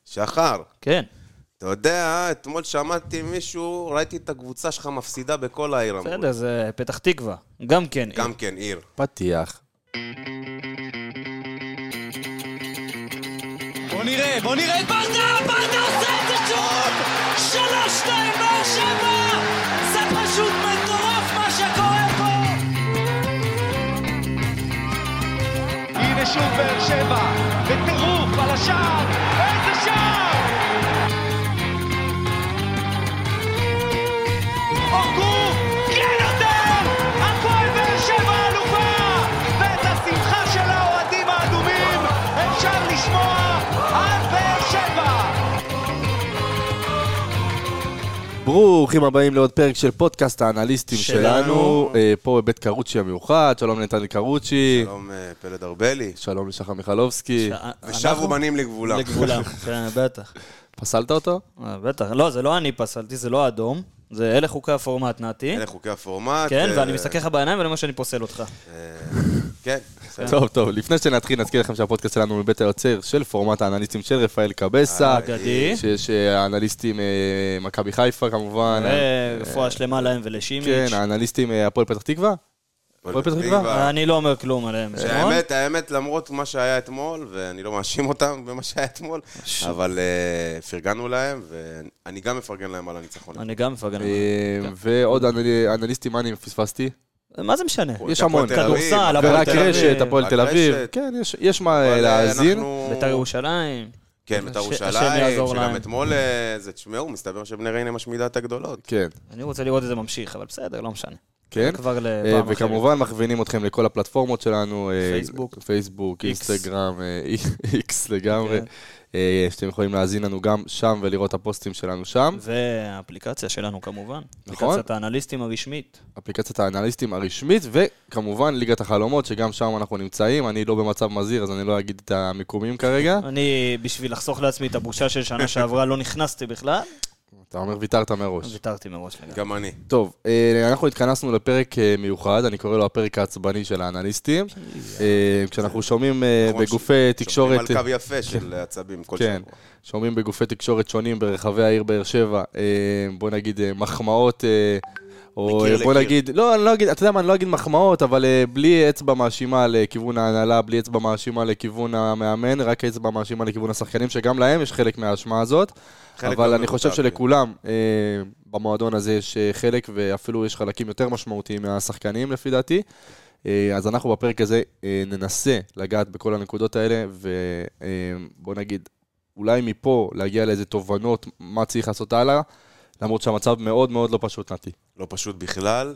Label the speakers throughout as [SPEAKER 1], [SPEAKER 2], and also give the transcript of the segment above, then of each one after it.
[SPEAKER 1] שחר.
[SPEAKER 2] כן.
[SPEAKER 1] אתה יודע, אתמול שמעתי מישהו, ראיתי את הקבוצה שלך מפסידה בכל העיר.
[SPEAKER 2] בסדר, זה פתח תקווה. גם כן.
[SPEAKER 1] גם כן, עיר.
[SPEAKER 3] פתיח.
[SPEAKER 4] בוא נראה את ברדה עושה את זה שוב! 3-2 באר שבע! זה פשוט מטורף מה שקורה פה! הנה שוב באר שבע, בטירוף על השער! איזה שער! אורגו! כן יותר! הפועל באר שבע אלופה! ואת השמחה של האוהדים האדומים אפשר לשמוע על באר שבע!
[SPEAKER 3] ברוכים הבאים לעוד פרק של פודקאסט האנליסטים שלנו, פה בבית קרוצ'י המיוחד. שלום לנתן קרוצ'י.
[SPEAKER 1] שלום פלד ארבלי.
[SPEAKER 3] שלום לשחר מיכלובסקי.
[SPEAKER 1] ושבו בנים לגבולם.
[SPEAKER 2] לגבולם, כן, בטח.
[SPEAKER 3] פסלת אותו?
[SPEAKER 2] בטח. לא, זה לא אני פסלתי, זה לא אדום. זה אלה חוקי הפורמט, נתי.
[SPEAKER 1] אלה חוקי הפורמט.
[SPEAKER 2] כן, ואני מסתכל לך בעיניים ואני אומר שאני פוסל אותך.
[SPEAKER 1] כן.
[SPEAKER 3] טוב, לפני שנתחיל נזכיר לכם שהפודקאסט שלנו מבית היוצר של פורמט האנליסטים של רפאל קבסה.
[SPEAKER 2] אגדי.
[SPEAKER 3] שיש האנליסטים מכבי חיפה כמובן.
[SPEAKER 2] רפואה שלמה להם ולשימיץ'.
[SPEAKER 3] כן, האנליסטים הפועל פתח תקווה. הפועל פתח תקווה?
[SPEAKER 2] אני לא אומר כלום עליהם.
[SPEAKER 1] האמת, למרות מה שהיה אתמול, ואני לא מאשים אותם במה שהיה אתמול, אבל פרגנו להם, ואני גם מפרגן להם על הניצחון.
[SPEAKER 2] אני גם מפרגן להם.
[SPEAKER 3] ועוד אנליסטים, מה אני פספסתי?
[SPEAKER 2] מה זה משנה?
[SPEAKER 3] יש המון.
[SPEAKER 2] כדורסל,
[SPEAKER 3] רק רשת, הפועל תל אביב. כן, יש מה להאזין.
[SPEAKER 2] בית"ר ירושלים.
[SPEAKER 1] כן, בית"ר ירושלים, שגם אתמול, זה תשמעו, מסתבר שבני ריינה משמידה את הגדולות.
[SPEAKER 3] כן.
[SPEAKER 2] אני רוצה לראות את זה ממשיך, אבל בסדר, לא משנה.
[SPEAKER 3] כן, וכמובן מכווינים אתכם לכל הפלטפורמות שלנו, פייסבוק, אינסטגרם, איקס לגמרי, שאתם יכולים להאזין לנו גם שם ולראות את הפוסטים שלנו שם.
[SPEAKER 2] והאפליקציה שלנו כמובן, אפליקציית האנליסטים הרשמית.
[SPEAKER 3] אפליקציית האנליסטים הרשמית, וכמובן ליגת החלומות, שגם שם אנחנו נמצאים. אני לא במצב מזהיר, אז אני לא אגיד את המיקומים כרגע.
[SPEAKER 2] אני, בשביל לחסוך לעצמי את הבושה של שנה שעברה, לא נכנסתי בכלל.
[SPEAKER 3] אתה אומר, ויתרת מראש.
[SPEAKER 2] ויתרתי מראש לגמרי.
[SPEAKER 1] גם אני.
[SPEAKER 3] טוב, אנחנו התכנסנו לפרק מיוחד, אני קורא לו הפרק העצבני של האנליסטים. כשאנחנו שומעים בגופי תקשורת...
[SPEAKER 1] שומעים על קו יפה של עצבים כל
[SPEAKER 3] שבוע. שומעים בגופי תקשורת שונים ברחבי העיר באר שבע, בוא נגיד מחמאות, או בוא נגיד, לא, אני לא אגיד, אתה יודע מה, אני לא אגיד מחמאות, אבל בלי אצבע מאשימה לכיוון ההנהלה, בלי אצבע מאשימה לכיוון המאמן, רק אצבע מאשימה לכיוון השחקנים, שגם להם יש חלק מהאשמה הזאת. אבל אני חושב שלכולם במועדון הזה יש חלק, ואפילו יש חלקים יותר משמעותיים מהשחקנים לפי דעתי. אז אנחנו בפרק הזה ננסה לגעת בכל הנקודות האלה, ובוא נגיד, אולי מפה להגיע לאיזה תובנות מה צריך לעשות הלאה, למרות שהמצב מאוד מאוד לא פשוט, נתי.
[SPEAKER 1] לא פשוט בכלל.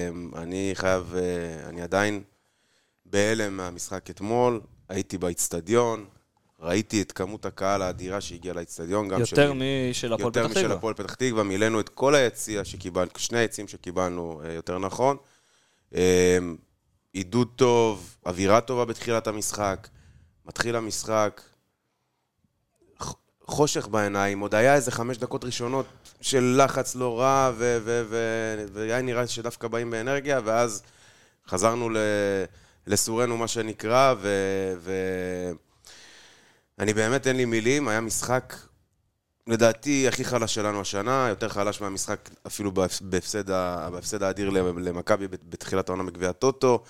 [SPEAKER 1] אני עדיין בהלם מהמשחק אתמול, הייתי באצטדיון, ראיתי את כמות הקהל האדירה שהגיעה לאצטדיון.
[SPEAKER 2] יותר משל הפועל פתח תקווה.
[SPEAKER 1] יותר משל הפועל פתח תקווה, מילאנו את כל היציע שקיבלנו, שני היציעים שקיבלנו יותר נכון. עידוד טוב, אווירה טובה בתחילת המשחק, מתחיל המשחק, חושך בעיניים, עוד היה איזה 5 דקות ראשונות של לחץ לא רע, והיה נראה שדווקא באים באנרגיה, ואז חזרנו לסורנו מה שנקרא, אני באמת אין לי מילים, היה משחק, לדעתי, הכי חלש שלנו השנה, יותר חלש מהמשחק אפילו בהפסד האדיר למכבי בתחילת העונה בגביע הטוטו.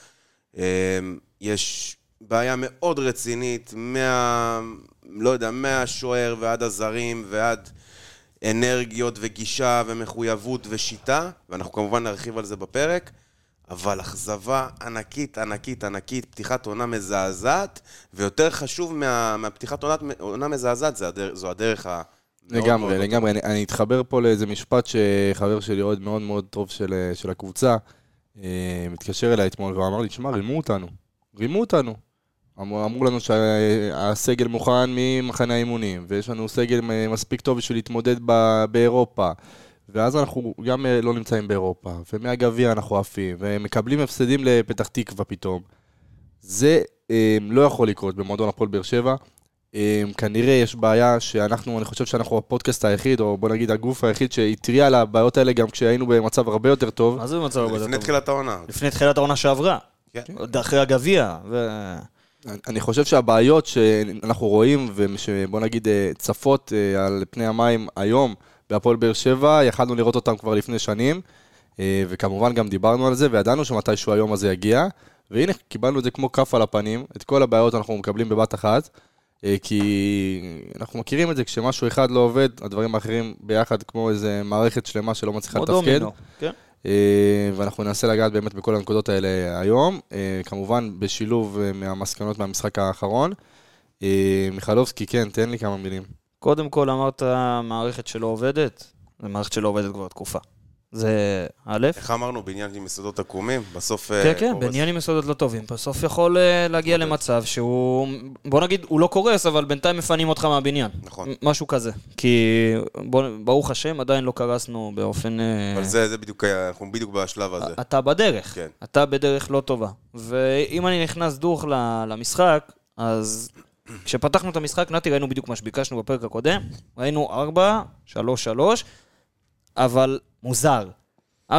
[SPEAKER 1] יש בעיה מאוד רצינית, לא יודע, מהשוער ועד הזרים ועד אנרגיות וגישה ומחויבות ושיטה, ואנחנו כמובן נרחיב על זה בפרק. אבל אכזבה ענקית, ענקית, ענקית, פתיחת עונה מזעזעת, ויותר חשוב מהפתיחת עונה מזעזעת, זו הדרך
[SPEAKER 3] לגמרי, לגמרי. אני אתחבר פה לאיזה משפט שחבר שלי עוד מאוד מאוד טוב של הקבוצה, מתקשר אליי אתמול ואמר לי, שמע, רימו אותנו. אמרו לנו שהסגל מוכן ממחנה האימונים, ויש לנו סגל מספיק טוב בשביל להתמודד באירופה. ואז אנחנו גם לא נמצאים באירופה, ומהגביע אנחנו עפים, ומקבלים הפסדים לפתח תקווה פתאום. זה לא יכול לקרות במועדון הפועל באר שבע. כנראה יש בעיה שאנחנו, אני חושב שאנחנו הפודקאסט היחיד, או בוא נגיד הגוף היחיד שהתריע על הבעיות האלה גם כשהיינו במצב הרבה יותר טוב.
[SPEAKER 2] מה זה במצב הרבה יותר טוב?
[SPEAKER 1] לפני תחילת העונה.
[SPEAKER 2] לפני תחילת העונה שעברה. אחרי הגביע.
[SPEAKER 3] אני חושב שהבעיות שאנחנו רואים, ובוא נגיד צפות על פני המים היום, בהפועל באר שבע, יכלנו לראות אותם כבר לפני שנים, וכמובן גם דיברנו על זה, וידענו שמתישהו היום הזה יגיע, והנה, קיבלנו את זה כמו כף על הפנים, את כל הבעיות אנחנו מקבלים בבת אחת, כי אנחנו מכירים את זה, כשמשהו אחד לא עובד, הדברים האחרים ביחד כמו איזה מערכת שלמה שלא מצליחה לתפקד. כן. ואנחנו ננסה לגעת באמת בכל הנקודות האלה היום, כמובן בשילוב מהמסקנות מהמשחק האחרון. מיכלובסקי, כן, תן לי כמה מילים.
[SPEAKER 2] קודם כל אמרת מערכת שלא עובדת, זה מערכת שלא עובדת כבר תקופה. זה א'.
[SPEAKER 1] איך אמרנו, בעניין עם יסודות עקומים, בסוף...
[SPEAKER 2] כן, בעניין עם יסודות לא טובים, בסוף יכול להגיע למצב שהוא, בוא נגיד, הוא לא קורס, אבל בינתיים מפנים אותך מהבניין.
[SPEAKER 1] נכון.
[SPEAKER 2] משהו כזה. כי, ברוך השם, עדיין לא קרסנו באופן...
[SPEAKER 1] אבל זה בדיוק, אנחנו בדיוק בשלב הזה.
[SPEAKER 2] אתה בדרך.
[SPEAKER 1] כן.
[SPEAKER 2] אתה בדרך לא טובה. ואם אני נכנס דוך למשחק, אז כשפתחנו את המשחק, נתי, ראינו בדיוק מה שביקשנו בפרק הקודם, ראינו 4-3-3, אבל מוזר. 4-3-3,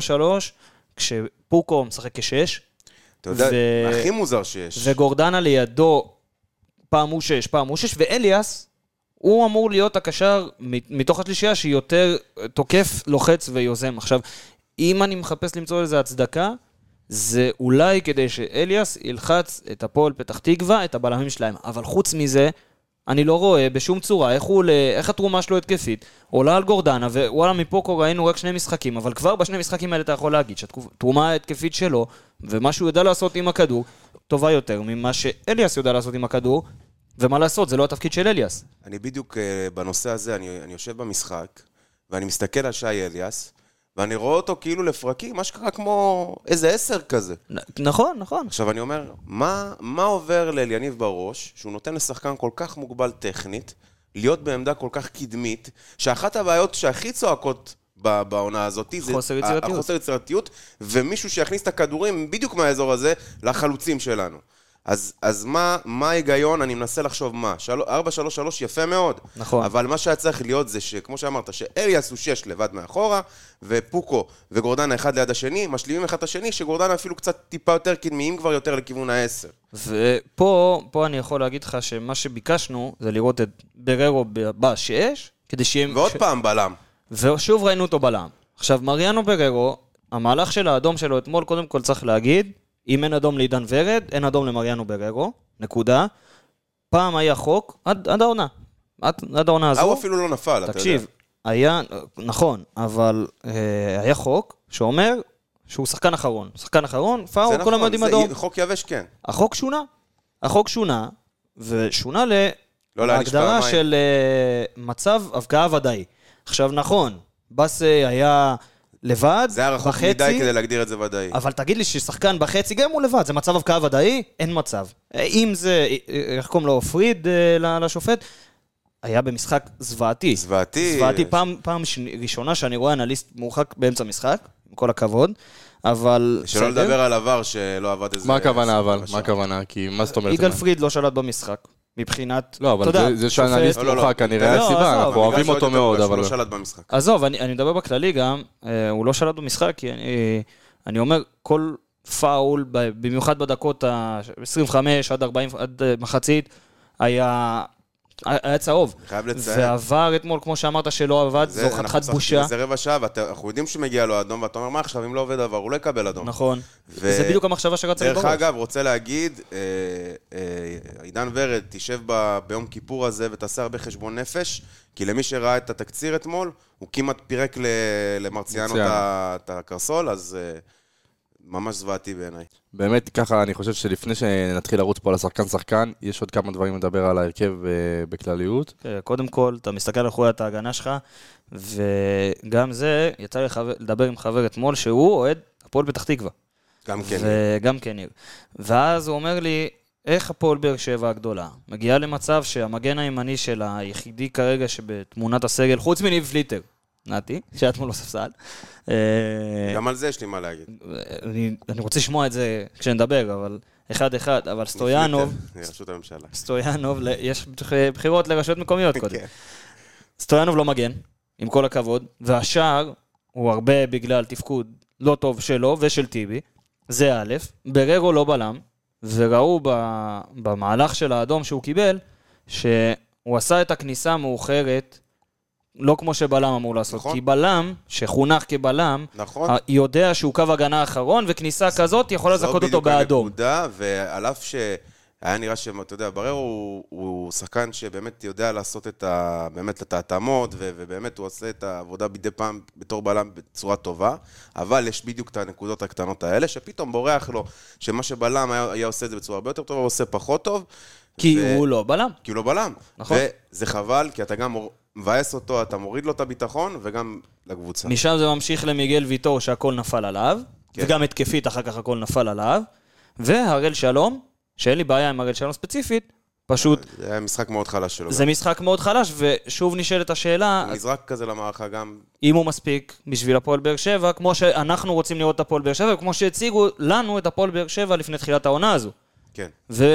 [SPEAKER 2] כשפוקו משחק כ-6.
[SPEAKER 1] אתה יודע, הכי מוזר שיש.
[SPEAKER 2] וגורדנה לידו פעם הוא 6, פעם הוא 6, ואליאס, הוא אמור להיות הקשר מתוך השלישייה שהיא יותר תוקף, לוחץ ויוזם. עכשיו, אם אני מחפש למצוא איזו הצדקה, זה אולי כדי שאליאס ילחץ את הפועל פתח תקווה, את הבלמים שלהם. אבל חוץ מזה, אני לא רואה בשום צורה איך התרומה שלו התקפית עולה על גורדנה, ווואלה מפוקו ראינו רק 2 משחקים, אבל כבר בשני משחקים האלה אתה יכול להגיד שהתרומה ההתקפית שלו, ומה שהוא יודע לעשות עם הכדור, טובה יותר ממה שאליאס יודע לעשות עם הכדור, ומה לעשות, זה לא התפקיד של אליאס.
[SPEAKER 1] אני בדיוק בנושא הזה, אני יושב במשחק, ואני מסתכל על שי אליאס, ואני רואה אותו כאילו לפרקים, מה שקרה כמו איזה 10 כזה.
[SPEAKER 2] נכון, נכון.
[SPEAKER 1] עכשיו אני אומר, מה עובר לאליניב בראש, שהוא נותן לשחקן כל כך מוגבל טכנית, להיות בעמדה כל כך קדמית, שאחת הבעיות שהכי צועקות בעונה הזאת, זה החוסר יצירתיות, ומישהו שיכניס את הכדורים בדיוק מהאזור הזה לחלוצים שלנו. אז מה ההיגיון? אני מנסה לחשוב מה. 4-3-3 יפה מאוד.
[SPEAKER 2] נכון.
[SPEAKER 1] אבל מה שהיה צריך להיות זה שכמו שאמרת, שאליאס הוא 6 לבד מאחורה, ופוקו וגורדנה אחד ליד השני, משלימים אחד את השני, שגורדנה אפילו קצת טיפה יותר קדמיים כבר יותר לכיוון ה-10.
[SPEAKER 2] ופה אני יכול להגיד לך שמה שביקשנו זה לראות את בררו ב-6, כדי שיהיה...
[SPEAKER 1] ועוד פעם בלם.
[SPEAKER 2] ושוב ראינו אותו בלם. עכשיו, מריאנו בררו, המהלך של האדום שלו אתמול, קודם כל צריך להגיד, אם אין אדום לעידן ורד, אין אדום למריאנו בררו, נקודה. פעם היה חוק, עד העונה. עד העונה הזו.
[SPEAKER 1] הוא אפילו לא נפל, אתה יודע.
[SPEAKER 2] תקשיב, היה, נכון, אבל היה חוק שאומר שהוא שחקן אחרון. שחקן אחרון, פאול, כל המועדים אדום.
[SPEAKER 1] זה חוק יבש, כן.
[SPEAKER 2] החוק שונה, ושונה להגדרה של מצב הבקעה ודאי. עכשיו נכון, בסי היה... לבד,
[SPEAKER 1] זה היה רחוק מדי כדי להגדיר את זה ודאי.
[SPEAKER 2] אבל תגיד לי ששחקן בחצי גם הוא לבד, זה מצב הבקעה ודאי? אין מצב. אם זה, איך קוראים לו, פריד לשופט, היה במשחק זוועתי. זוועתי, פעם ראשונה שאני רואה אנליסט מורחק באמצע משחק, עם כל הכבוד, אבל...
[SPEAKER 1] שלא לדבר על עבר שלא עבד איזה...
[SPEAKER 3] מה הכוונה אבל? מה הכוונה? כי מה זאת אומרת?
[SPEAKER 2] יגאל פריד לא שלט במשחק. מבחינת...
[SPEAKER 3] לא, אבל זה שאנליסט מורחק, כנראה הסיבה, אנחנו אוהבים אותו מאוד, אבל...
[SPEAKER 1] הוא לא שלט במשחק.
[SPEAKER 2] עזוב, אני מדבר בכללי גם, הוא לא שלט במשחק, כי אני אומר, כל פאול, במיוחד בדקות ה-25 עד 40, עד מחצית, היה צהוב.
[SPEAKER 1] חייב לציין.
[SPEAKER 2] ועבר אתמול, כמו שאמרת שלא עבד, זו חתיכת בושה.
[SPEAKER 1] זה רבע שעה, אנחנו יודעים שמגיע לו אדום, ואתה אומר, מה עכשיו, אם לא עובד עבר, הוא לא יקבל אדום.
[SPEAKER 2] נכון. זה בדיוק המחשבה שרצה לי בראש.
[SPEAKER 1] דרך אגב, רוצה להגיד, עידן ורד, תשב ביום כיפור הזה ותעשה הרבה חשבון נפש, כי למי שראה את התקציר אתמול, הוא כמעט פירק למרציאנו את הקרסול, אז... ממש זוועתי בעיניי.
[SPEAKER 3] באמת ככה, אני חושב שלפני שנתחיל לרוץ פה על השחקן, יש עוד כמה דברים לדבר על ההרכב בכלליות.
[SPEAKER 2] קודם כל, אתה מסתכל על חוליית ההגנה שלך, וגם זה, יצא לי לדבר עם חבר אתמול, שהוא אוהד הפועל פתח תקווה.
[SPEAKER 1] גם כן.
[SPEAKER 2] וגם כן. ואז הוא אומר לי, איך הפועל באר שבע הגדולה מגיעה למצב שהמגן הימני של היחידי כרגע שבתמונת הסגל, חוץ מניב פליטר, נתי, שאת מול הספסל.
[SPEAKER 1] גם על זה יש לי מה להגיד.
[SPEAKER 2] אני רוצה לשמוע את זה כשנדבר, אבל אחד, אבל סטויאנוב,
[SPEAKER 1] רשות הממשלה.
[SPEAKER 2] סטויאנוב, יש בחירות לרשויות מקומיות קודם. סטויאנוב לא מגן, עם כל הכבוד, והשאר הוא הרבה בגלל תפקוד לא טוב שלו ושל טיבי, זה א', בררו לא בלם, וראו במהלך של האדום שהוא קיבל, שהוא עשה את הכניסה המאוחרת, לא כמו שבלם אמור לעשות,
[SPEAKER 1] נכון.
[SPEAKER 2] כי בלם, שחונך כבלם,
[SPEAKER 1] נכון.
[SPEAKER 2] יודע שהוא קו הגנה האחרון, וכניסה כזאת יכולה לזכות אותו באדום.
[SPEAKER 1] זו בדיוק הנקודה, ועל אף שהיה נראה שאתה יודע, ברר הוא שחקן שבאמת יודע לעשות באמת את ההתאמות, ובאמת הוא עושה את העבודה בידי פעם בתור בלם בצורה טובה, אבל יש בדיוק את הנקודות הקטנות האלה, שפתאום בורח לו, שמה שבלם היה עושה את זה בצורה הרבה יותר טובה, הוא עושה פחות טוב.
[SPEAKER 2] כי הוא לא בלם.
[SPEAKER 1] כי הוא לא בלם.
[SPEAKER 2] נכון.
[SPEAKER 1] וזה חבל, כי אתה גם מבאס אותו, אתה מוריד לו את הביטחון, וגם לקבוצה.
[SPEAKER 2] משם זה ממשיך למיגל ויטור שהכל נפל עליו,
[SPEAKER 1] כן.
[SPEAKER 2] וגם התקפית אחר כך הכל נפל עליו, והראל שלום, שאין לי בעיה עם הראל שלום ספציפית, פשוט...
[SPEAKER 1] זה היה משחק מאוד חלש שלו.
[SPEAKER 2] זה משחק מאוד חלש, ושוב נשאלת השאלה...
[SPEAKER 1] הוא נזרק כזה למערכה גם...
[SPEAKER 2] אם הוא מספיק בשביל הפועל באר שבע, כמו שאנחנו רוצים לראות את הפועל באר שבע, וכמו שהציגו לנו את הפועל באר שבע לפני תחילת העונה הזו.
[SPEAKER 1] כן.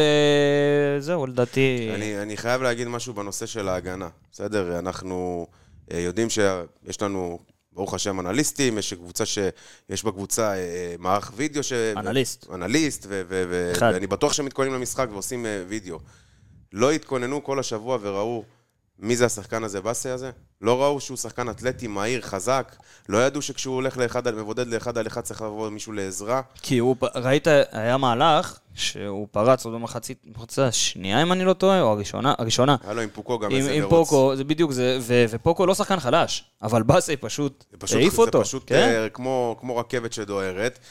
[SPEAKER 2] וזהו, לדעתי...
[SPEAKER 1] אני חייב להגיד משהו בנושא של ההגנה. בסדר? אנחנו יודעים שיש לנו, ברוך השם, אנליסטים, יש קבוצה שיש בקבוצה מערך וידאו אנליסט, ואני בטוח שהם מתכוננים למשחק ועושים וידאו. לא התכוננו כל השבוע וראו מי זה השחקן הזה, בסי הזה? לא ראו שהוא שחקן אתלטי, מהיר, חזק. לא ידעו שכשהוא הולך מבודד לאחד על אחד צריך לבוא מישהו לעזרה.
[SPEAKER 2] כי הוא, ראית, היה מהלך שהוא פרץ עוד במחצית השנייה, אם אני לא טועה, או הראשונה.
[SPEAKER 1] היה לו עם פוקו גם איזה
[SPEAKER 2] עם פוקו, זה בדיוק זה, ופוקו לא שחקן חלש, אבל בסי פשוט העיף אותו.
[SPEAKER 1] זה פשוט כמו רכבת שדוהרת,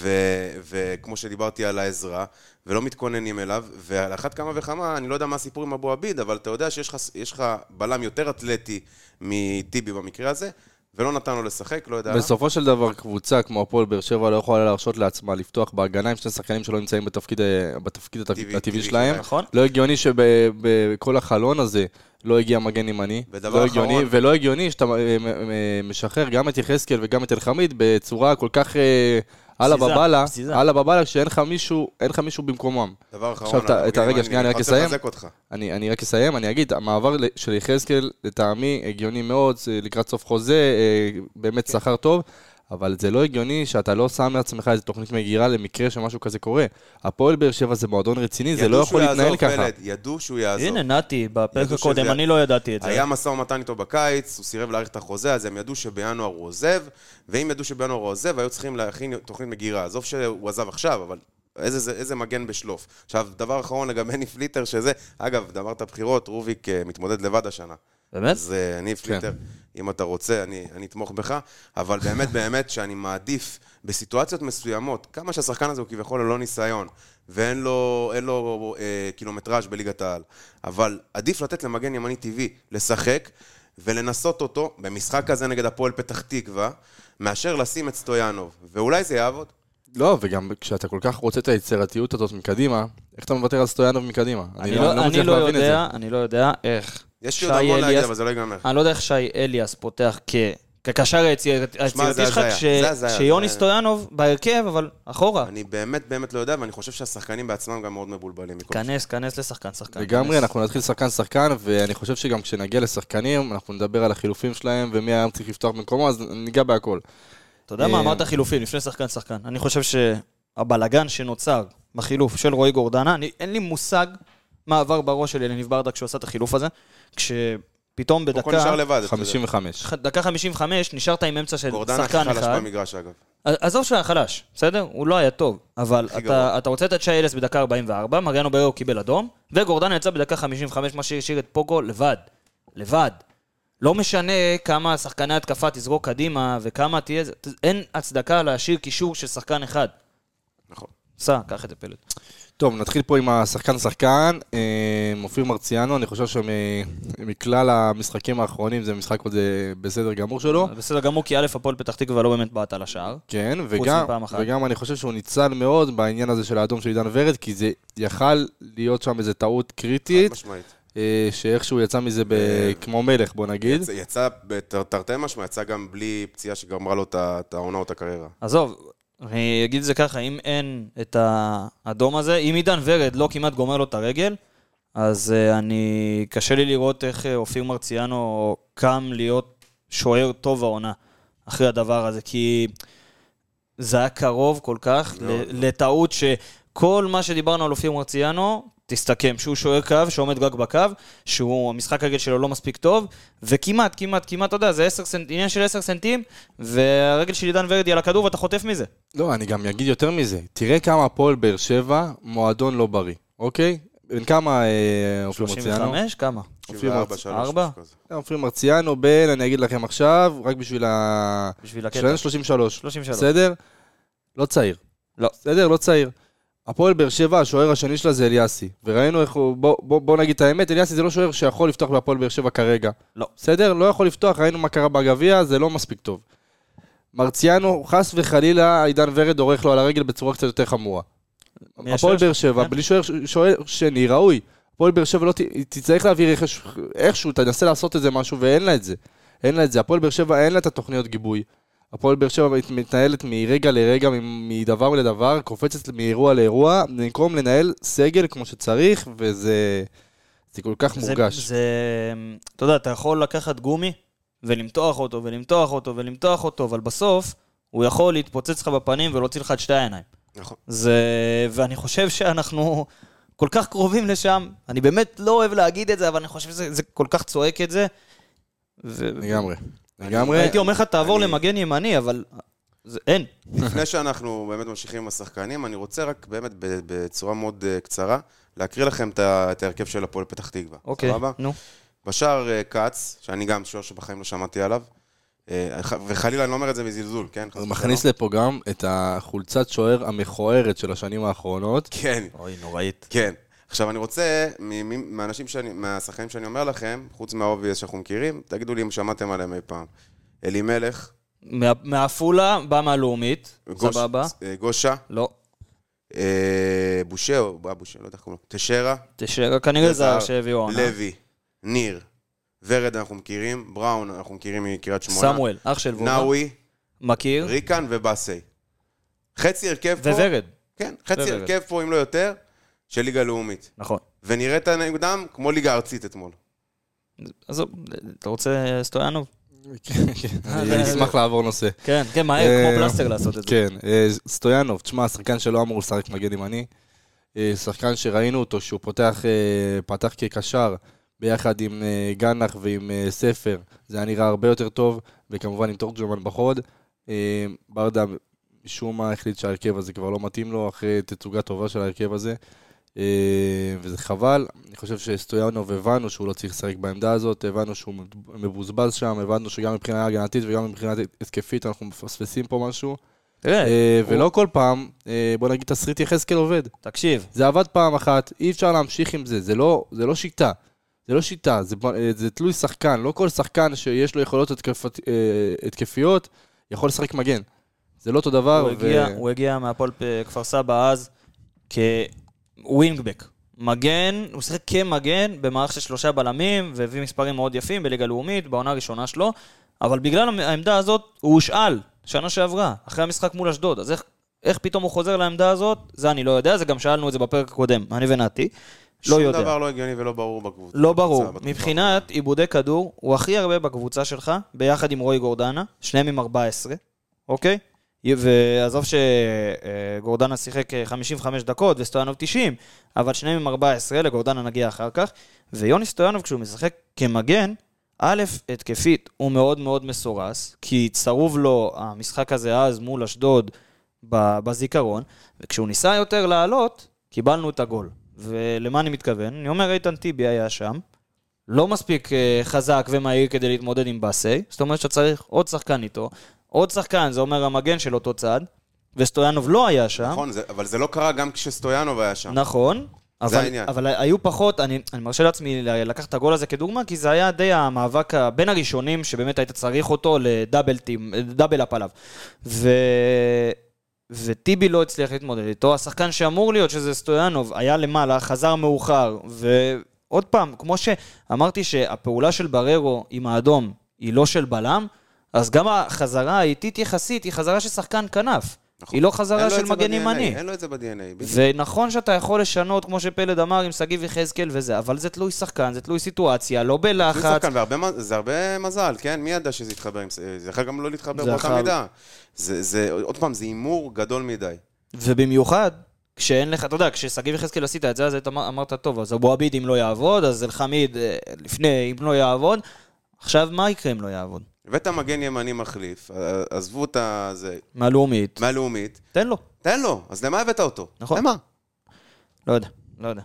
[SPEAKER 1] וכמו שדיברתי על העזרה, ולא מתכוננים אליו, ועל אחת כמה וכמה, אני לא יודע מה הסיפור עם אבו עביד, אבל אתה יודע שיש לך בלם יותר אתלטי מטיבי במקרה הזה, ולא נתן לו לשחק, לא יודע.
[SPEAKER 3] בסופו של דבר, קבוצה כמו הפועל באר שבע לא יכולה להרשות לעצמה לפתוח בהגנה עם שני שחקנים שלא נמצאים בתפקיד הטבעי שלהם.
[SPEAKER 2] נכון.
[SPEAKER 3] לא הגיוני שבכל החלון הזה לא הגיע מגן ימני.
[SPEAKER 1] ודבר אחרון.
[SPEAKER 3] ולא הגיוני שאתה משחרר גם את יחזקאל וגם את אלחמיד בצורה כל כך על הבבלה, שאין לך מישהו במקומם.
[SPEAKER 1] דבר אחרון.
[SPEAKER 3] רגע, שנייה, אני רק אסיים.
[SPEAKER 1] לחזק אותך.
[SPEAKER 3] אני רק אסיים, אני אגיד, המעבר של יחזקאל לטעמי הגיוני מאוד, לקראת סוף חוזה, באמת שכר טוב, אבל זה לא הגיוני שאתה לא שם לעצמך איזו תוכנית מגירה למקרה שמשהו כזה קורה. הפועל באר שבע זה מועדון רציני, זה לא יכול להתנהל ככה.
[SPEAKER 1] ידעו שהוא יעזור.
[SPEAKER 2] הנה, נתי, בפרק הקודם, אני לא ידעתי את זה.
[SPEAKER 1] היה משא ומתן איתו בקיץ, הוא סירב להאריך את החוזה, אז הם ידעו שבינואר הוא עוזב, ואם ידעו שבינואר הוא עוזב, היו צריכים להכין תוכנית מגירה. עזוב שהוא עזב עכשיו, אבל איזה מגן בשלוף. עכשיו, דבר אחרון לגבי ניף ליטר, שזה, אגב, דמרת הבחירות, רוביק מתמודד לבד השנה.
[SPEAKER 2] באמת?
[SPEAKER 1] אז ניף ליטר, אם אתה רוצה, אני אתמוך בך, אבל באמת שאני מעדיף בסיטואציות מסוימות, כמה שהשחקן הזה הוא כביכול ללא ניסיון, ואין לו קילומטראז' בליגת העל, אבל עדיף לתת למגן ימני טבעי לשחק, ולנסות אותו במשחק הזה נגד הפועל פתח תקווה, מאשר לשים את סטויאנוב, ואולי זה יעבוד.
[SPEAKER 3] לא, וגם כשאתה כל כך רוצה את היצירתיות הזאת מקדימה, איך אתה מוותר על סטויאנוב מקדימה?
[SPEAKER 2] אני לא יודע איך.
[SPEAKER 1] יש לי עוד המון להגיד, אבל זה לא ייגמר.
[SPEAKER 2] אני לא יודע איך שי אליאס פותח כקשר היצירתי שלך, שיוני סטויאנוב בהרכב, אבל אחורה.
[SPEAKER 1] אני באמת לא יודע, ואני חושב שהשחקנים בעצמם גם מאוד מבולבלים.
[SPEAKER 2] כנס לשחקן.
[SPEAKER 3] לגמרי, אנחנו נתחיל שחקן, ואני חושב שגם כשנגיע לשחקנים, אנחנו נדבר על החילופים שלהם, ומי היום צריך לפתוח במקומו, אז ניגע בהכל.
[SPEAKER 2] אתה יודע מה אמרת חילופים, לפני שחקן. אני חושב שהבלגן שנוצר בחילוף של רועי גורדנה, אין לי מושג מה עבר בראש שלי לניב ברדה כשהוא עשה את החילוף הזה, כשפתאום בדקה
[SPEAKER 3] 55.
[SPEAKER 2] דקה 55 נשארת עם אמצע של
[SPEAKER 1] גורדנה
[SPEAKER 2] שחקן אחד.
[SPEAKER 1] גורדנה הכי חלש במגרש אגב.
[SPEAKER 2] עזוב שהוא היה חלש, בסדר? הוא לא היה טוב, אבל אתה רוצה את שי אלס בדקה 44, מריאנו בריאו קיבל אדום, וגורדנה יצא בדקה 55, מה שהשאיר את פוגו לבד. לא משנה כמה שחקני התקפה תזרוק קדימה, וכמה תהיה, אין הצדקה להשאיר קישור של שחקן אחד.
[SPEAKER 1] נכון.
[SPEAKER 2] סע, קח את זה פלט.
[SPEAKER 3] טוב, נתחיל פה עם השחקן, אופיר מרציאנו, אני חושב שמכלל המשחקים האחרונים זה משחק עוד בסדר גמור שלו.
[SPEAKER 2] בסדר גמור, כי א' הפועל פתח תקווה לא באמת בעט על השער.
[SPEAKER 3] כן, וגם אני חושב שהוא ניצל מאוד בעניין הזה של האדום של עידן ורד, כי זה יכל להיות שם איזו טעות קריטית. שאיכשהו יצא מזה כמו מלך, בוא נגיד.
[SPEAKER 1] יצא בתרתי משמע, יצא גם בלי פציעה שגמרה לו את העונה או את הקריירה.
[SPEAKER 2] עזוב, אני אגיד את זה ככה, אם אין את האדום הזה, אם עידן ורד לא כמעט גומר לו את הרגל, אז קשה לי לראות איך אופיר מרציאנו קם להיות שוער טוב העונה אחרי הדבר הזה, כי זה היה קרוב כל כך לטעות כל מה שדיברנו על אופיר מרציאנו, תסתכם, שהוא שוער קו, שעומד גג בקו, שהוא המשחק הרגל שלו לא מספיק טוב, וכמעט, אתה יודע, זה עניין של 10 סנטים, והרגל של עידן ורדי על הכדור, ואתה חוטף מזה.
[SPEAKER 3] לא, אני גם אגיד יותר מזה. תראה כמה הפועל באר שבע, מועדון לא בריא, אוקיי? בין כמה אופיר מרציאנו?
[SPEAKER 2] 35? כמה?
[SPEAKER 1] 4?
[SPEAKER 3] אופיר מרציאנו בין, אני אגיד לכם עכשיו, רק בשביל
[SPEAKER 2] הקטע.
[SPEAKER 3] 33. בסדר? לא צעיר.
[SPEAKER 2] לא.
[SPEAKER 3] בסדר? לא צעיר. הפועל באר שבע, השוער השני שלה זה אליאסי. וראינו איך הוא, בוא נגיד את האמת, אליאסי זה לא שוער שיכול לפתוח בהפועל באר שבע כרגע.
[SPEAKER 2] לא.
[SPEAKER 3] בסדר? לא יכול לפתוח, ראינו מה קרה בגביע, זה לא מספיק טוב. מרציאנו, חס וחלילה, עידן ורד עורך לו על הרגל בצורה קצת יותר חמורה. הפועל באר שבע, בלי שוער שני, ראוי. הפועל באר שבע לא תצטרך להעביר איכשהו, תנסה לעשות את זה משהו, ואין לה את זה. אין לה את זה. הפועל באר שבע אין לה את התוכניות גיבוי. הפועל באר שבע מתנהלת מרגע לרגע, מדבר לדבר, קופצת מאירוע לאירוע, במקום לנהל סגל כמו שצריך, וזה כל כך מורגש.
[SPEAKER 2] אתה יודע, אתה יכול לקחת גומי, ולמתוח אותו, אבל בסוף הוא יכול להתפוצץ לך בפנים ולהוציא לך את שתי העיניים.
[SPEAKER 1] נכון.
[SPEAKER 2] ואני חושב שאנחנו כל כך קרובים לשם, אני באמת לא אוהב להגיד את זה, אבל אני חושב שזה כל כך צועק את זה.
[SPEAKER 3] לגמרי.
[SPEAKER 2] הייתי אומר לך, תעבור למגן ימני, אבל אין.
[SPEAKER 1] לפני שאנחנו באמת ממשיכים עם השחקנים, אני רוצה רק באמת בצורה מאוד קצרה, להקריא לכם את ההרכב של הפועל פתח תקווה.
[SPEAKER 2] אוקיי, נו.
[SPEAKER 1] בשער קץ, שאני גם שוער שבחיים לא שמעתי עליו, וחלילה אני לא אומר את זה בזלזול, כן?
[SPEAKER 3] הוא מכניס לפה גם את החולצת שוער המכוערת של השנים האחרונות.
[SPEAKER 1] כן.
[SPEAKER 2] אוי, נוראית.
[SPEAKER 1] כן. עכשיו אני רוצה, מהשחקנים שאני אומר לכם, חוץ מהאובייס שאנחנו מכירים, תגידו לי אם שמעתם עליהם אי פעם. אלי מלך.
[SPEAKER 2] מהפולה, בא מהלאומית. סבבה.
[SPEAKER 1] גושה.
[SPEAKER 2] לא.
[SPEAKER 1] בושה, לא יודע איך קוראים לו.
[SPEAKER 2] תשרה, כנראה זה שהביאו עונה.
[SPEAKER 1] לוי, ניר, ורד אנחנו מכירים, בראון אנחנו מכירים מקריית שמונה.
[SPEAKER 2] סמואל, אח של וורה.
[SPEAKER 1] נאווי.
[SPEAKER 2] מכיר.
[SPEAKER 1] ריקן ובאסי. חצי הרכב פה.
[SPEAKER 2] וורד.
[SPEAKER 1] כן, חצי הרכב פה, אם לא יותר, של ליגה לאומית.
[SPEAKER 2] נכון.
[SPEAKER 1] ונראית נגדם כמו ליגה ארצית אתמול.
[SPEAKER 2] אז אתה רוצה סטויאנוב?
[SPEAKER 3] אני אשמח לעבור נושא.
[SPEAKER 2] כן, מהר, כמו פלסטר לעשות את זה.
[SPEAKER 3] כן, סטויאנוב, תשמע, השחקן שלא אמור לשחק מגן ימני, שחקן שראינו אותו שהוא פתח כקשר ביחד עם גנח ועם ספר, זה היה נראה הרבה יותר טוב, וכמובן עם תורג'מן בחוד. ברדה משום מה החליט שההרכב הזה כבר לא מתאים לו, אחרי תצוגה טובה של ההרכב הזה, וזה חבל. אני חושב שסטויאנוב הבנו שהוא לא צריך לשחק בעמדה הזאת, הבנו שהוא מבוזבז שם, הבנו שגם מבחינה הגנתית וגם מבחינה התקפית אנחנו מפספסים פה משהו. ולא כל פעם, בוא נגיד תסריט יחזקאל עובד.
[SPEAKER 2] תקשיב.
[SPEAKER 3] זה עבד פעם אחת, אי אפשר להמשיך עם זה, זה לא שיטה. זה לא שיטה, זה תלוי שחקן, לא כל שחקן שיש לו יכולות התקפיות יכול לשחק מגן. זה לא אותו דבר.
[SPEAKER 2] הוא הגיע מהפועל כפר סבא אז כווינגבק. מגן, הוא שיחק כמגן במערך של 3 בלמים, והביא מספרים מאוד יפים בליגה לאומית, בעונה הראשונה שלו, אבל בגלל העמדה הזאת הוא הושאל שנה שעברה, אחרי המשחק מול אשדוד. אז איך פתאום הוא חוזר לעמדה הזאת? זה אני לא יודע, זה גם שאלנו את זה בפרק הקודם, אני ונתי. לא יודע.
[SPEAKER 1] שום דבר לא הגיוני ולא ברור בקבוצה.
[SPEAKER 2] לא ברור. מבחינת עיבודי כדור, הוא הכי הרבה בקבוצה שלך, ביחד עם רוי גורדנה, שניהם עם 14, אוקיי? ועזוב שגורדנה שיחק 55 דקות וסטויאנוב 90, אבל שניהם עם 14, לגורדנה נגיע אחר כך, ויוני סטויאנוב כשהוא משחק כמגן, א', התקפית הוא מאוד מאוד מסורס, כי צרוב לו המשחק הזה אז מול אשדוד בזיכרון, וכשהוא ניסה יותר לעלות, קיבלנו את הגול. ולמה אני מתכוון? אני אומר, איתן טיבי היה שם, לא מספיק חזק ומהיר כדי להתמודד עם בסי, זאת אומרת שצריך עוד שחקן איתו, עוד שחקן, זה אומר המגן של אותו צד, וסטויאנוב לא היה שם.
[SPEAKER 1] נכון, אבל זה לא קרה גם כשסטויאנוב היה שם.
[SPEAKER 2] נכון, אבל היו פחות, אני מרשה לעצמי לקחת את הגול הזה כדוגמה, כי זה היה די המאבק בין הראשונים, שבאמת היית צריך אותו לדאבל אפ עליו. וטיבי לא הצליח להתמודד איתו, השחקן שאמור להיות שזה סטויאנוב, היה למעלה, חזר מאוחר, ועוד פעם, כמו שאמרתי שהפעולה של בררו עם האדום היא לא של בלם, אז גם החזרה האיטית יחסית היא חזרה של שחקן כנף. נכון. היא לא חזרה של מגן ימני.
[SPEAKER 1] אין לו את זה ב-DNA.
[SPEAKER 2] ונכון שאתה יכול לשנות, כמו שפלד אמר, עם סגיב יחזקאל וזה, אבל זה תלוי שחקן, זה תלוי סיטואציה, לא בלחץ.
[SPEAKER 1] תלוי שחקן, וזה הרבה מזל, כן? מי ידע שזה יתחבר? זה יכול גם לא להתחבר באותה מידה. עוד פעם, זה אימור גדול מדי.
[SPEAKER 2] ובמיוחד, כשאין לך, אתה יודע, כשסגיב יחזקאל עשית את זה, אז אמרת, טוב, אז אבו עביד אם לא יעבוד, אז אלחמיד לפני אם לא יעבוד, עכשיו מה יקרה אם לא יעבוד?
[SPEAKER 1] הבאת מגן ימני מחליף, עזבו את זה...
[SPEAKER 2] מהלאומית. תן לו.
[SPEAKER 1] אז למה הבאת אותו?
[SPEAKER 2] נכון.
[SPEAKER 1] למה?
[SPEAKER 2] לא יודע.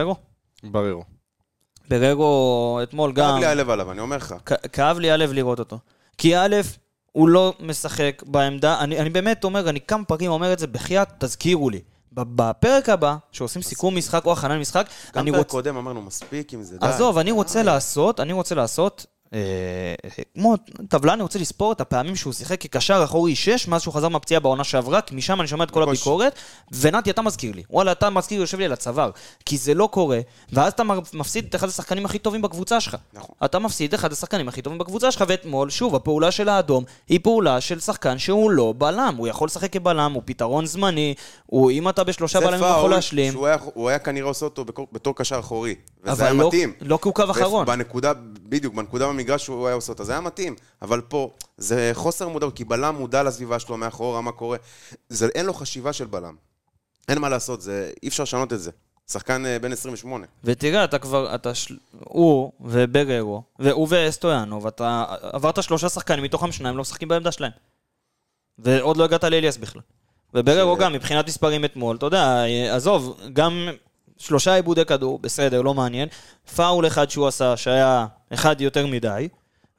[SPEAKER 2] בררו אתמול גם...
[SPEAKER 1] כאב לי הלב עליו, אני אומר לך.
[SPEAKER 2] כאב לי הלב לראות אותו. כי א', הוא לא משחק בעמדה, אני באמת אומר, אני כמה פעמים אומר את זה, בחייאת, תזכירו לי. בפרק הבא, שעושים סיכום משחק או הכנה למשחק,
[SPEAKER 1] גם פרק קודם אמרנו מספיק עם זה, די.
[SPEAKER 2] עזוב, אני רוצה לעשות, כמו טבלה, אני רוצה לספור את הפעמים שהוא שיחק כקשר אחורי 6, מאז שהוא חזר מהפציעה בעונה שעברה, כי משם אני שומע את כל הביקורת, ונתי, אתה מזכיר לי. וואלה, אתה מזכיר, יושב לי על הצוואר, כי זה לא קורה, ואז אתה מפסיד את אחד השחקנים הכי טובים בקבוצה שלך. אתה מפסיד את אחד השחקנים הכי טובים בקבוצה שלך, ואתמול, שוב, הפעולה של האדום היא פעולה של שחקן שהוא לא בלם, הוא יכול לשחק כבלם, הוא פתרון זמני, אם אתה בשלושה בלמים יכול להשלים.
[SPEAKER 1] הוא היה כנראה עושה אותו בתור קשר אחורי, וזה היה מתאים.
[SPEAKER 2] לא כקו אחרון.
[SPEAKER 1] בדיוק, בנקודה במגרש שהוא היה עושה אותה, זה היה מתאים, אבל פה זה חוסר מודעות, כי בלם מודע לסביבה שלו מאחורה, מה קורה, אין לו חשיבה של בלם, אין מה לעשות, אי אפשר לשנות את זה, שחקן בן 28.
[SPEAKER 2] ותראה, הוא ובררו, והוא ואסטויאנו, ואתה עברת 3 שחקנים, מתוכם 2 לא משחקים בעמדה שלהם, ועוד לא הגעת לאליאס בכלל, ובררו גם, מבחינת מספרים אתמול, אתה יודע, עזוב, גם 3 עיבודי כדור, בסדר, לא מעניין, פאול אחד שהוא עשה, שהיה אחד יותר מדי,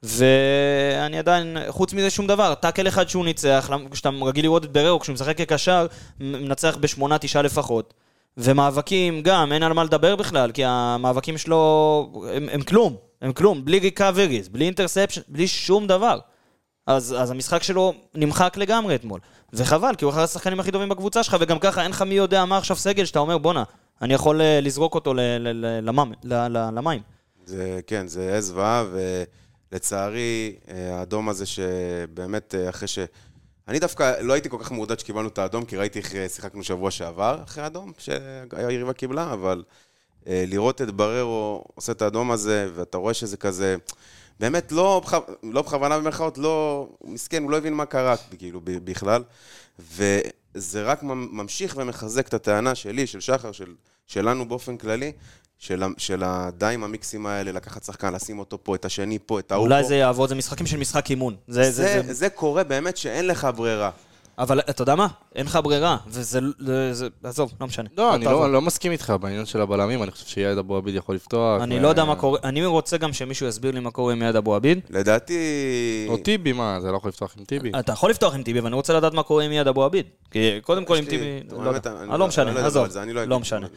[SPEAKER 2] ואני עדיין, חוץ מזה שום דבר, טאקל אחד שהוא ניצח, כשאתה רגיל לראות את בררו, כשהוא משחק כקשר, מנצח ב8-9 לפחות, ומאבקים גם, אין על מה לדבר בכלל, כי המאבקים שלו, הם כלום, בלי ריקאבריז, בלי אינטרספשן, בלי שום דבר. אז המשחק שלו נמחק לגמרי אתמול, וחבל, כי הוא אחד השחקנים הכי טובים בקבוצה שלך, וגם ככה אין לך מי יודע מה עכשיו סגל, שאתה אומר, בונה, אני יכול לזרוק אותו למים.
[SPEAKER 1] כן, זה זוועה, ולצערי, האדום הזה שבאמת אחרי אני דווקא לא הייתי כל כך מעודד שקיבלנו את האדום, כי ראיתי איך שיחקנו שבוע שעבר אחרי האדום, שהיריבה קיבלה, אבל לראות את בררו עושה את האדום הזה, ואתה רואה שזה כזה, באמת לא בכוונה במרכאות, לא, מסכן, הוא לא הבין מה קרה, כאילו, בכלל, וזה רק ממשיך ומחזק את הטענה שלי, של שחר, שלנו באופן כללי, של הדיים המיקסים האלה, לקחת שחקן, לשים אותו פה, את השני פה, את ההוא פה.
[SPEAKER 2] אולי זה יעבוד, זה משחקים של משחק אימון.
[SPEAKER 1] זה קורה באמת שאין לך ברירה.
[SPEAKER 2] אבל אתה יודע מה? אין לך ברירה, וזה, עזוב, לא משנה.
[SPEAKER 3] לא, אני לא מסכים איתך בעניין של הבלמים, אני חושב שיעד אבו עביד יכול לפתוח.
[SPEAKER 2] אני לא יודע מה קורה, אני רוצה גם שמישהו יסביר לי מה קורה עם יעד אבו עביד.
[SPEAKER 1] לדעתי...
[SPEAKER 3] או טיבי, מה? זה לא יכול לפתוח עם טיבי?
[SPEAKER 2] אתה יכול לפתוח עם טיבי, אבל אני רוצה לדעת מה קורה עם יעד אבו עביד. כי קודם כל עם טיבי, לא משנה, עזוב, לא משנה.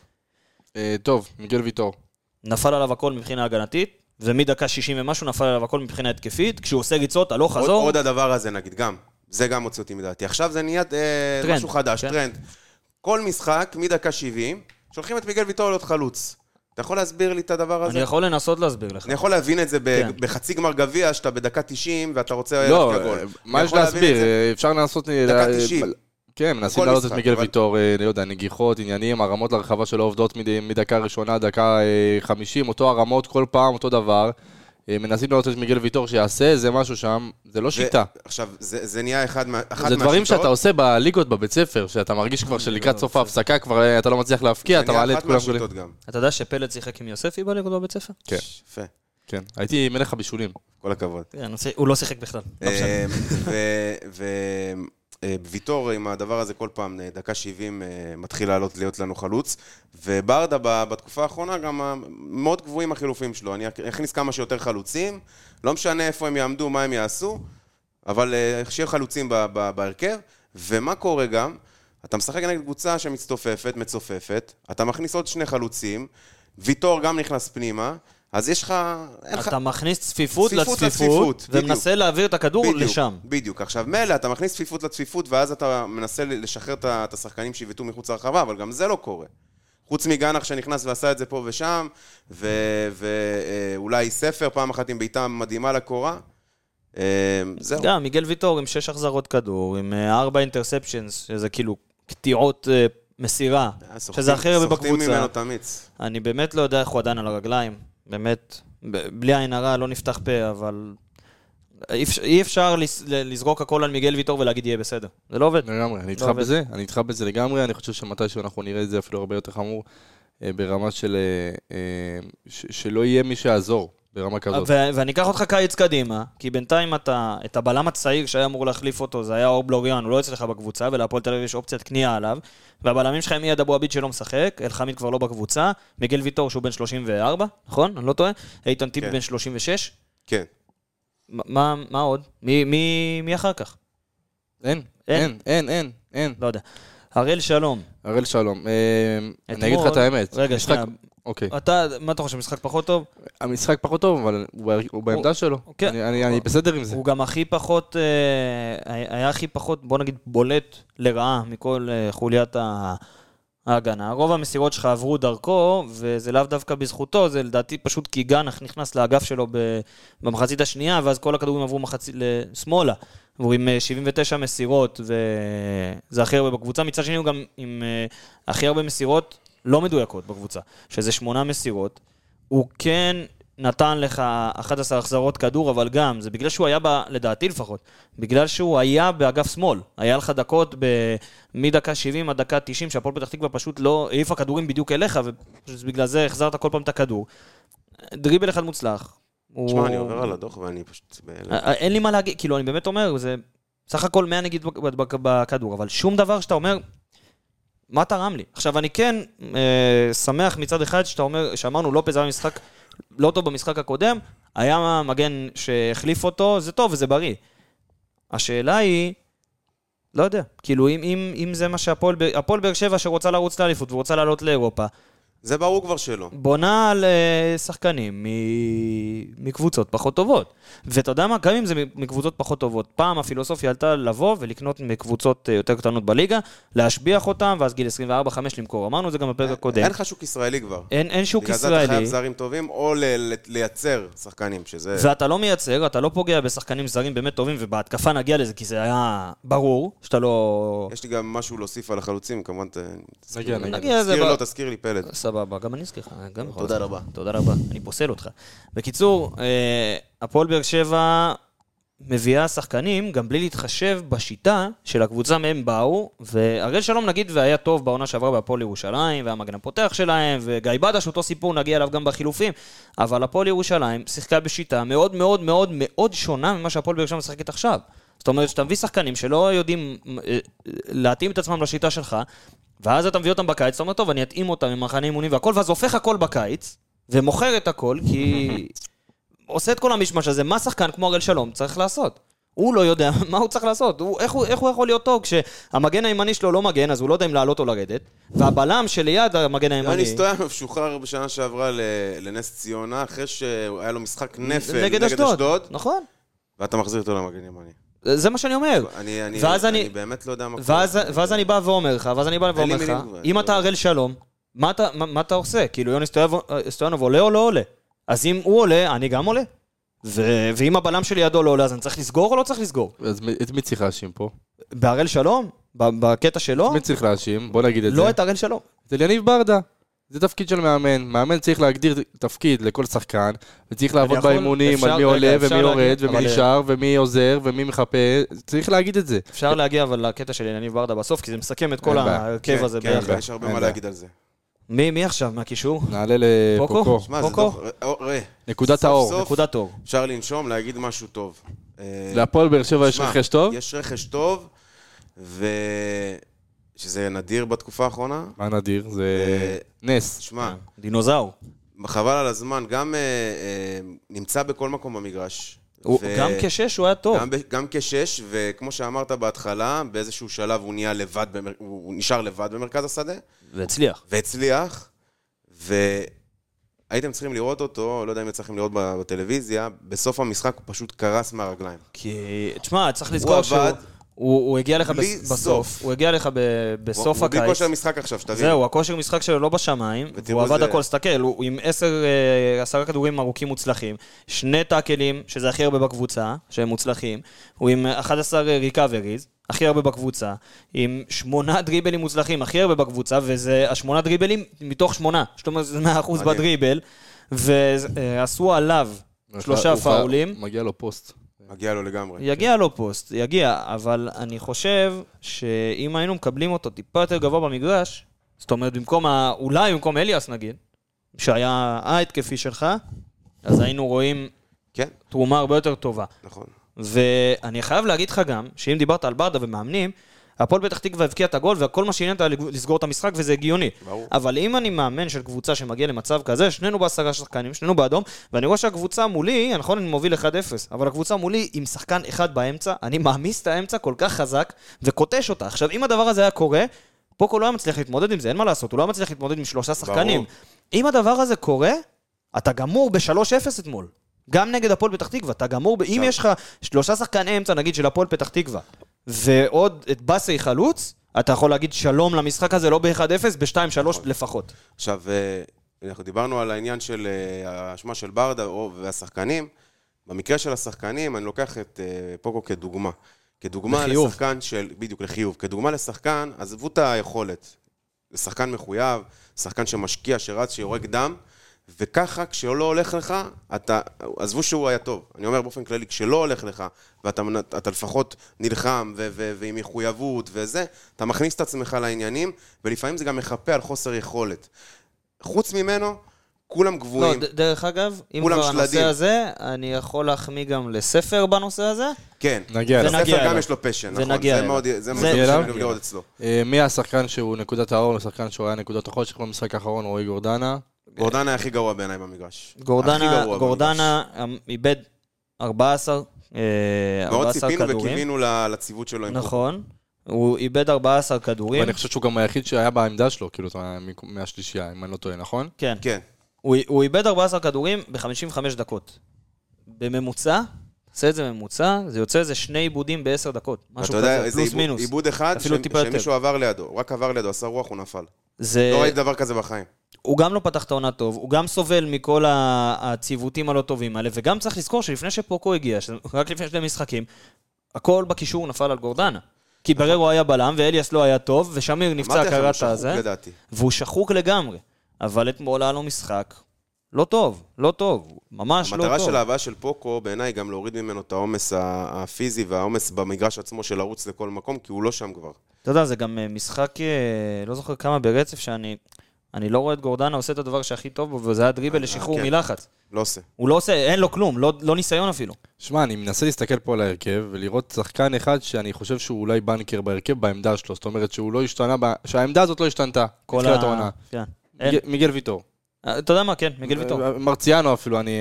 [SPEAKER 3] טוב, מיגל ויטור.
[SPEAKER 2] נפל עליו הכל מבחינה הגנתית, ומדקה 60 ומשהו נפל עליו הכל מבחינה התקפית, כשהוא עושה ריצות, הלוך חזור.
[SPEAKER 1] עוד הדבר הזה נגיד גם. זה גם מוציא אותי מדעתי. עכשיו זה נהיה משהו חדש, טרנד. כל משחק, מדקה 70, שולחים את מיגל ויטור להיות חלוץ. אתה יכול להסביר לי את הדבר הזה?
[SPEAKER 2] אני יכול לנסות להסביר לך.
[SPEAKER 1] אני יכול להבין את זה בחצי גמר גביע, שאתה בדקה 90 ואתה רוצה...
[SPEAKER 3] לא, מה יש להסביר? אפשר לנסות...
[SPEAKER 1] דקה 90.
[SPEAKER 3] כן, מנסים לעלות את מיגל ויטור, אני יודע, נגיחות, עניינים, הרמות לרחבה שלו עובדות מדקה ראשונה, דקה 50, אותו הרמות כל פעם, אותו דבר. מנסים לעלות את מיגל ויטור שיעשה, זה משהו שם, זה לא שיטה.
[SPEAKER 1] עכשיו, זה נהיה אחת מהשיטות.
[SPEAKER 3] זה דברים שאתה עושה בליגות בבית ספר, שאתה מרגיש כבר שלקראת סוף ההפסקה, כבר אתה לא מצליח להפקיע, אתה מעלה את כולם גולים.
[SPEAKER 2] אתה יודע שפלד שיחק עם יוספי בליגות בבית ספר?
[SPEAKER 3] כן. יפה. כן, הייתי מלך הבישולים.
[SPEAKER 1] כל הכבוד.
[SPEAKER 2] הוא לא שיחק בכלל.
[SPEAKER 1] ויטור עם הדבר הזה כל פעם, דקה 70 מתחיל להיות לנו חלוץ, וברדה בתקופה האחרונה גם מאוד גבוהים החילופים שלו, אני אכניס כמה שיותר חלוצים, לא משנה איפה הם יעמדו, מה הם יעשו, אבל שיהיה חלוצים בהרכב, ומה קורה גם? אתה משחק נגד קבוצה מצופפת, אתה מכניס עוד 2 חלוצים, ויטור גם נכנס פנימה, אז יש לך...
[SPEAKER 2] אתה מכניס צפיפות לצפיפות, ומנסה להעביר את הכדור לשם.
[SPEAKER 1] בדיוק. עכשיו, מלא, אתה מכניס צפיפות לצפיפות, ואז אתה מנסה לשחרר את השחקנים שיבטו מחוץ לרחבה, אבל גם זה לא קורה. חוץ מגנח שנכנס ועשה את זה פה ושם, ואולי ספר פעם אחת עם בעיטה מדהימה לקורה. זהו.
[SPEAKER 2] גם, מיגל ויטור עם 6 החזרות כדור, עם 4 אינטרספשנס, שזה כאילו קטיעות מסירה, שזה אחר בקבוצה.
[SPEAKER 1] סוחטים ממנו תמיץ.
[SPEAKER 2] אני באמת לא יודע איך הוא עדיין על הרגליים. באמת, בלי עין הרע לא נפתח פה, אבל אי אפשר לזרוק הכל על מיגל ויטור ולהגיד יהיה בסדר. זה לא עובד.
[SPEAKER 3] לגמרי, אני איתך בזה לגמרי, אני חושב שמתישהו אנחנו נראה את זה אפילו הרבה יותר חמור, ברמה שלא יהיה מי שיעזור, ברמה כזאת.
[SPEAKER 2] ואני אקח אותך קיץ קדימה, כי בינתיים את הבלם הצעיר שהיה אמור להחליף אותו, זה היה אור בלוריאן, הוא לא יצא לך בקבוצה, ולהפועל תל אביב יש אופציית קנייה עליו, והבלמים שלך הם יהיה אבו עביד שלא משחק, אלחמיד כבר לא בקבוצה, מיגל ויטור שהוא בן 34, נכון? אני לא טועה? איתן טיבי בן 36?
[SPEAKER 1] כן.
[SPEAKER 2] מה עוד? מי אחר כך?
[SPEAKER 3] אין.
[SPEAKER 2] לא יודע. הראל שלום.
[SPEAKER 3] אני אגיד לך את האמת.
[SPEAKER 2] רגע, שנייה.
[SPEAKER 3] אוקיי.
[SPEAKER 2] מה אתה חושב, משחק פחות טוב?
[SPEAKER 3] המשחק פחות טוב, אבל הוא בעמדה שלו. אני בסדר עם זה.
[SPEAKER 2] הוא גם היה הכי פחות, בוא נגיד, בולט לרעה מכל חוליית ההגנה. רוב המסירות שלך עברו דרכו, וזה לאו דווקא בזכותו, זה לדעתי פשוט כי גנח נכנס לאגף שלו במחצית השנייה, ואז כל הכדורים עברו לשמאלה. והוא עם 79 מסירות, וזה הכי הרבה בקבוצה. מצד שני הוא גם עם הכי הרבה מסירות לא מדויקות בקבוצה, שזה 8 מסירות. הוא כן נתן לך 11 החזרות כדור, אבל גם, זה בגלל שהוא היה, לדעתי לפחות, בגלל שהוא היה באגף שמאל. היה לך דקות מדקה 70 עד דקה 90, שהפועל פתח תקווה פשוט לא העיף הכדורים בדיוק אליך, ובגלל זה החזרת כל פעם את הכדור. דריבל אחד מוצלח.
[SPEAKER 1] תשמע, אני עובר על הדוח ואני פשוט...
[SPEAKER 2] אין לי מה להגיד, כאילו, אני באמת אומר, זה סך הכל 100 נגיד בכדור, אבל שום דבר שאתה אומר, מה תרם לי? עכשיו, אני כן שמח מצד אחד שאתה אומר, שאמרנו, לופז היה משחק לא טוב במשחק הקודם, היה מגן שהחליף אותו, זה טוב וזה בריא. השאלה היא, לא יודע, כאילו, אם זה מה שהפועל באר שבע שרוצה לרוץ לאליפות ורוצה לעלות לאירופה,
[SPEAKER 1] זה ברור כבר שלא.
[SPEAKER 2] בונה על שחקנים מקבוצות פחות טובות. ואתה יודע מה? גם אם זה מקבוצות פחות טובות, פעם הפילוסופיה עלתה לבוא ולקנות מקבוצות יותר קטנות בליגה, להשביח אותם, ואז גיל 24-5 למכור. אמרנו זה גם בפרק הקודם.
[SPEAKER 1] אין לך שוק ישראלי כבר.
[SPEAKER 2] אין שוק ישראלי.
[SPEAKER 1] בגלל זה אתה חייב זרים טובים, או לייצר שחקנים, שזה...
[SPEAKER 2] ואתה לא מייצר, אתה לא פוגע בשחקנים זרים באמת טובים, ובהתקפה נגיע לזה, כי זה היה ברור, שאתה לא...
[SPEAKER 1] יש לי גם משהו להוסיף על החלוצים, כמובן, תזכיר לי פלד.
[SPEAKER 2] סבבה, גם אני אזכיר לך.
[SPEAKER 1] תודה רבה.
[SPEAKER 2] תודה רבה, אני פוסל אותך. בקיצור, הפועל באר שבע מביאה שחקנים גם בלי להתחשב בשיטה של הקבוצה מהם באו, והראל שלום נגיד והיה טוב בעונה שעברה בהפועל ירושלים, והמגן הפותח שלהם, וגיא בדש, אותו סיפור נגיע אליו גם בחילופים, אבל הפועל ירושלים שיחקה בשיטה מאוד מאוד מאוד מאוד שונה ממה שהפועל באר שבע משחקת עכשיו. זאת אומרת שאתה מביא שחקנים שלא יודעים להתאים את עצמם לשיטה שלך, ואז אתה מביא אותם בקיץ, אתה אומר, טוב, אני אתאים אותם עם מחנה אימונים והכל, ואז הופך הכל בקיץ, ומוכר את הכל, כי עושה את כל המשמש הזה. מה שחקן כמו הראל שלום צריך לעשות? הוא לא יודע מה הוא צריך לעשות. איך הוא יכול להיות טוב? כשהמגן הימני שלו לא מגן, אז הוא לא יודע אם לעלות או לרדת, והבלם שליד המגן הימני...
[SPEAKER 1] יוני סטויאנוב שוחרר בשנה שעברה לנס ציונה, אחרי שהיה לו משחק נפל נגד אשדוד.
[SPEAKER 2] נכון.
[SPEAKER 1] ואתה מחזיר אותו למגן ימני.
[SPEAKER 2] זה מה שאני אומר.
[SPEAKER 1] אני באמת לא יודע מה...
[SPEAKER 2] ואז אני בא ואומר לך, אם אתה הראל שלום, מה אתה עושה? כאילו יוני סטויאנוב עולה או לא עולה? אז אם הוא עולה, אני גם עולה. ואם הבלם שלי ידו לא עולה, אז אני צריך לסגור או לא צריך לסגור?
[SPEAKER 3] אז את מי צריך להאשים פה?
[SPEAKER 2] בהראל שלום? בקטע שלו?
[SPEAKER 3] את מי צריך להאשים? בוא נגיד את זה.
[SPEAKER 2] לא את הראל שלום.
[SPEAKER 3] זה יניב ברדה. זה תפקיד של מאמן. מאמן צריך להגדיר תפקיד לכל שחקן, וצריך לעבוד באימונים על מי עולה ומי יורד ומי נשאר ומי עוזר ומי מחפה. צריך להגיד את זה.
[SPEAKER 2] אפשר להגיע אבל לקטע של יניב ברדה בסוף, כי זה מסכם את כל ההרכב הזה.
[SPEAKER 1] כן, יש הרבה מה להגיד על זה.
[SPEAKER 2] מי עכשיו מהקישור?
[SPEAKER 3] נעלה לפוקו. נקודת האור.
[SPEAKER 2] נקודת האור.
[SPEAKER 1] אפשר לנשום, להגיד משהו טוב.
[SPEAKER 3] להפועל באר שבע יש רכש טוב?
[SPEAKER 1] יש רכש טוב, שזה נדיר בתקופה האחרונה.
[SPEAKER 3] מה נדיר? זה נס.
[SPEAKER 1] שמע,
[SPEAKER 2] דינוזאור.
[SPEAKER 1] חבל על הזמן, גם נמצא בכל מקום במגרש.
[SPEAKER 2] גם כשש הוא היה טוב.
[SPEAKER 1] גם כשש, וכמו שאמרת בהתחלה, באיזשהו שלב הוא נשאר לבד במרכז השדה. והצליח. והייתם צריכים לראות אותו, לא יודע אם צריכים לראות בטלוויזיה, בסוף המשחק הוא פשוט קרס מהרגליים.
[SPEAKER 2] כי, תשמע, צריך לזכור הוא הגיע לך בסוף, הוא הגיע לך בסוף הקיץ.
[SPEAKER 1] הוא בלי כושר משחק עכשיו, שתבין.
[SPEAKER 2] זהו, הכושר משחק שלו לא בשמיים, והוא עבד הכל, סתכל, הוא עם 10 כדורים ארוכים מוצלחים, 2 טאקלים, שזה הכי הרבה בקבוצה, שהם מוצלחים, הוא עם 11 ריקאבריז, הכי הרבה בקבוצה, עם 8 דריבלים מוצלחים, הכי הרבה בקבוצה, וזה 8 דריבלים מתוך 8, זאת אומרת, זה 100% בדריבל, ועשו עליו 3 פאולים.
[SPEAKER 3] מגיע לו פוסט.
[SPEAKER 1] מגיע לו לגמרי.
[SPEAKER 2] יגיע לו פוסט, יגיע, אבל אני חושב שאם היינו מקבלים אותו טיפה יותר גבוה במגרש, זאת אומרת, אולי במקום אליאס נגיד, שהיה ההתקפי שלך, אז היינו רואים
[SPEAKER 1] כן.
[SPEAKER 2] תרומה הרבה יותר טובה.
[SPEAKER 1] נכון.
[SPEAKER 2] ואני חייב להגיד לך גם, שאם דיברת על ברדה ומאמנים, הפועל פתח תקווה הבקיע את הגול, והכל מה שעניין היה לסגור את המשחק, וזה הגיוני.
[SPEAKER 1] ברור.
[SPEAKER 2] אבל אם אני מאמן של קבוצה שמגיע למצב כזה, שנינו ב10 שחקנים, שנינו באדום, ואני רואה שהקבוצה מולי, נכון, אני מוביל 1-0, אבל הקבוצה מולי עם שחקן אחד באמצע, אני מעמיס את האמצע כל כך חזק, וקוטש אותה. עכשיו, אם הדבר הזה היה קורה, פוקו לא היה מצליח להתמודד עם זה, אין מה לעשות, הוא לא היה מצליח להתמודד עם 3 שחקנים.
[SPEAKER 1] ברור.
[SPEAKER 2] אם הדבר הזה קורה, אתה גמור ב-3-0 אתמול. גם נגד הפועל פתח תקווה, אתה גמור, אם יש לך 3 שחקני אמצע, נגיד, של הפועל פתח תקווה, ועוד את בסי חלוץ, אתה יכול להגיד שלום למשחק הזה, לא ב-1-0, ב-2-3 לפחות.
[SPEAKER 1] עכשיו, אנחנו דיברנו על העניין של האשמה של ברדה והשחקנים. במקרה של השחקנים, אני לוקח את פוקו כדוגמה. כדוגמה
[SPEAKER 2] לחיוב.
[SPEAKER 1] לשחקן של, בדיוק לחיוב. כדוגמה לשחקן, עזבו את היכולת. זה שחקן מחויב, שחקן שמשקיע, שרץ, שיורק דם, וככה, כשלא הולך לך, עזבו שהוא היה טוב. אני אומר באופן כללי, כשלא הולך לך, ואתה לפחות נלחם, ועם מחויבות וזה, אתה מכניס את עצמך לעניינים, ולפעמים זה גם מחפה על חוסר יכולת. חוץ ממנו, כולם גבוהים.
[SPEAKER 2] לא, דרך אגב, אם
[SPEAKER 1] כולם
[SPEAKER 2] כבר
[SPEAKER 1] שלדים.
[SPEAKER 2] הנושא הזה, אני יכול להחמיא גם לספר בנושא הזה.
[SPEAKER 1] כן.
[SPEAKER 3] נגיע אליו.
[SPEAKER 1] לספר
[SPEAKER 2] אליו.
[SPEAKER 1] גם יש לו פשן, נכון.
[SPEAKER 2] ונגיע
[SPEAKER 1] זה
[SPEAKER 2] אליו.
[SPEAKER 1] מאוד, זה מאוד
[SPEAKER 3] נגיע
[SPEAKER 1] שאני
[SPEAKER 3] אליו.
[SPEAKER 1] לראות אצלו.
[SPEAKER 3] מי השחקן שהוא נקודת האור, לשחקן שהוא היה נקודת החושך במשחק האחרון, רועי גורדנה?
[SPEAKER 1] גורדנה הכי גרוע בעיניי במגרש. הכי גרוע
[SPEAKER 2] גורדנה איבד 14
[SPEAKER 1] מאוד
[SPEAKER 2] 14
[SPEAKER 1] ציפינו
[SPEAKER 2] כדורים.
[SPEAKER 1] וקיווינו לציוות שלו. עם
[SPEAKER 2] נכון. הוא איבד 14 כדורים.
[SPEAKER 3] ואני חושב שהוא גם היחיד שהיה בעמדה שלו, כאילו, מהשלישייה, אם אני לא טועה, נכון?
[SPEAKER 2] כן.
[SPEAKER 1] כן.
[SPEAKER 2] הוא איבד 14 כדורים ב-55 דקות. בממוצע, עושה את זה ממוצע, זה יוצא איזה 2 עיבודים ב10 דקות. משהו כזה, פלוס מינוס.
[SPEAKER 1] עיבוד אחד,
[SPEAKER 2] אפילו טיפה יותר.
[SPEAKER 1] שמישהו עבר לידו, רק עבר לידו, עשה רוח, הוא נפל.
[SPEAKER 2] זה...
[SPEAKER 1] לא ראיתי דבר כזה בחיים.
[SPEAKER 2] הוא גם לא פתח את העונה טוב, הוא גם סובל מכל הציוותים הלא טובים האלה, וגם צריך לזכור שלפני שפוקו הגיע, רק לפני 2 משחקים, הכל בקישור נפל על גורדנה. כי בררו היה בלם, ואליאס לא היה טוב, ושמיר נפצע קראת הזה, והוא שחוק לגמרי. אבל אתמול היה לו משחק לא טוב, לא טוב, ממש לא טוב.
[SPEAKER 1] המטרה של ההבאה של פוקו, בעיניי, גם להוריד ממנו את העומס הפיזי והעומס במגרש עצמו של לרוץ לכל מקום, כי הוא לא שם כבר.
[SPEAKER 2] אתה יודע, זה גם משחק, לא זוכר כמה ברצף אני לא רואה את גורדנה עושה את הדבר שהכי טוב בו, וזה היה דריבל לשחרור מלחץ.
[SPEAKER 1] לא עושה.
[SPEAKER 2] הוא לא עושה, אין לו כלום, לא ניסיון אפילו.
[SPEAKER 3] שמע, אני מנסה להסתכל פה על ההרכב, ולראות שחקן אחד שאני חושב שהוא אולי בנקר בהרכב בעמדה שלו, זאת אומרת שהוא לא השתנה, שהעמדה הזאת לא השתנתה, בתחילת העונה.
[SPEAKER 2] כן.
[SPEAKER 3] מיגל ויטור.
[SPEAKER 2] אתה יודע מה, כן, מיגל ויטור.
[SPEAKER 3] מרציאנו אפילו, אני...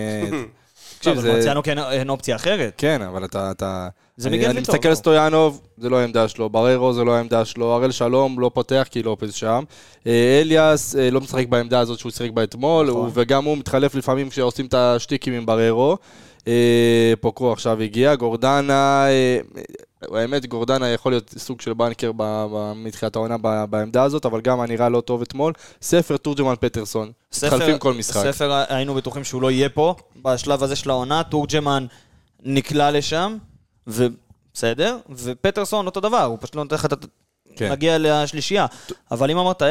[SPEAKER 2] מרציאנו כן, אין אופציה אחרת.
[SPEAKER 3] כן, אבל אתה...
[SPEAKER 2] זה מיגל ויטור.
[SPEAKER 3] אני מסתכל על סטויאנוב, זה לא העמדה שלו, בררו זה לא העמדה שלו, הראל שלום לא פותח כי לופז שם, אליאס לא משחק בעמדה הזאת שהוא שיחק בה אתמול, וגם הוא מתחלף לפעמים כשעושים את השטיקים עם בררו, פוקו עכשיו הגיע, גורדנה, האמת גורדנה יכול להיות סוג של בנקר מתחילת העונה בעמדה הזאת, אבל גם נראה לא טוב אתמול, ספר תורג'מן פטרסון, מתחלפים כל משחק.
[SPEAKER 2] ספר היינו בטוחים שהוא לא יהיה פה, בשלב הזה של העונה, תורג'מן נקלע לשם, ובסדר, ופטרסון אותו דבר, הוא פשוט לא נותן לך נגיע לשלישייה. אבל אם אמרת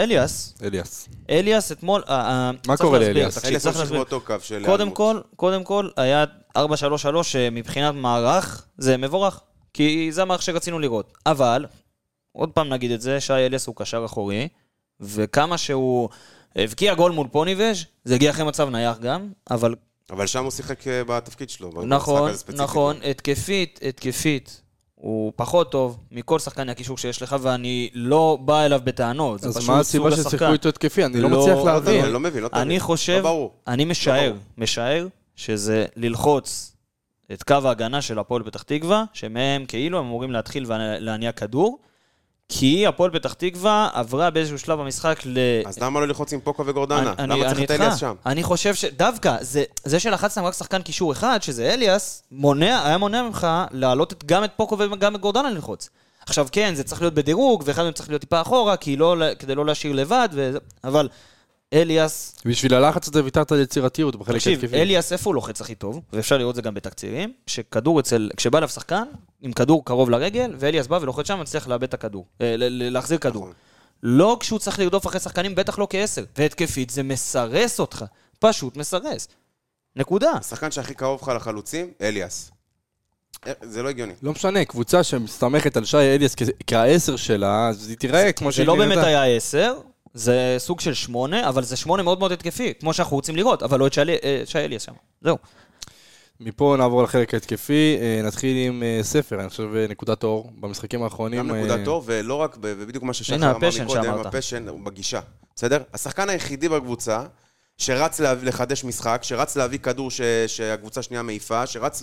[SPEAKER 2] אליאס אתמול...
[SPEAKER 3] מה קורה לאליאס?
[SPEAKER 1] אליאס ממשיך באותו קו של...
[SPEAKER 2] קודם כל, היה 4-3-3 מבחינת מערך, זה מבורך, כי זה המערך שרצינו לראות. אבל, עוד פעם נגיד את זה, שי אליאס הוא קשר אחורי, וכמה שהוא הבקיע גול מול פוניבז' זה הגיע אחרי מצב נייח גם, אבל
[SPEAKER 1] שם הוא שיחק בתפקיד שלו.
[SPEAKER 2] נכון, התקפית. הוא פחות טוב מכל שחקני הקישור שיש לך, ואני לא בא אליו בטענות.
[SPEAKER 3] אז מה הסיבה ששיחקו איתו התקפי? אני לא מצליח להבין.
[SPEAKER 1] אני לא מבין, לא תבין.
[SPEAKER 2] אני חושב, אני משער שזה ללחוץ את קו ההגנה של הפועל פתח תקווה, שמהם כאילו הם אמורים להתחיל ולהניע כדור, כי הפועל פתח תקווה עברה באיזשהו שלב במשחק
[SPEAKER 1] אז למה לא ללחוץ עם פוקו וגורדנה? למה צריך את אליאס שם?
[SPEAKER 2] אני חושב שדווקא, זה שלחצתם רק שחקן קישור אחד, שזה אליאס, היה מונע ממך להעלות גם את פוקו וגם את גורדנה ללחוץ. עכשיו כן, זה צריך להיות בדירוג, ואחד מהם צריך להיות טיפה אחורה, כדי לא להשאיר לבד, אבל אליאס...
[SPEAKER 3] בשביל הלחץ הזה ויתרת על יצירתיות בחלק התקפי.
[SPEAKER 2] תקשיב, אליאס איפה הוא לוחץ הכי טוב, ואפשר לראות זה גם בתקצירים, כשבא אליו שחקן, עם כדור קרוב לרגל, ואליאס בא ולוחץ שם, מצליח לאבד את הכדור, להחזיר כדור. לא כשהוא צריך לרדוף אחרי שחקנים, בטח לא כ10. והתקפית זה מסרס אותך, פשוט מסרס. נקודה.
[SPEAKER 1] השחקן שהכי קרוב לך לחלוצים, אליאס. זה לא הגיוני.
[SPEAKER 3] לא משנה, קבוצה שמסתמכת על שי אליאס כ-10 שלה, אז היא תיראה כמו שהיא
[SPEAKER 2] זה לא
[SPEAKER 3] נראתה.
[SPEAKER 2] באמת היה 10, זה סוג של 8, אבל זה 8 מאוד מאוד התקפי, כמו שאנחנו רוצים לראות, אבל לא את שי אליאס שם. זהו.
[SPEAKER 3] מפה נעבור לחלק ההתקפי, נתחיל עם ספר, אני חושב נקודת אור במשחקים האחרונים.
[SPEAKER 1] גם נקודת אור, ולא רק, ובדיוק מה ששחר אמר מקודם, הפשן בגישה. בסדר? השחקן היחידי בקבוצה, שרץ לחדש משחק, שרץ להביא כדור שהקבוצה שנייה מעיפה, שרץ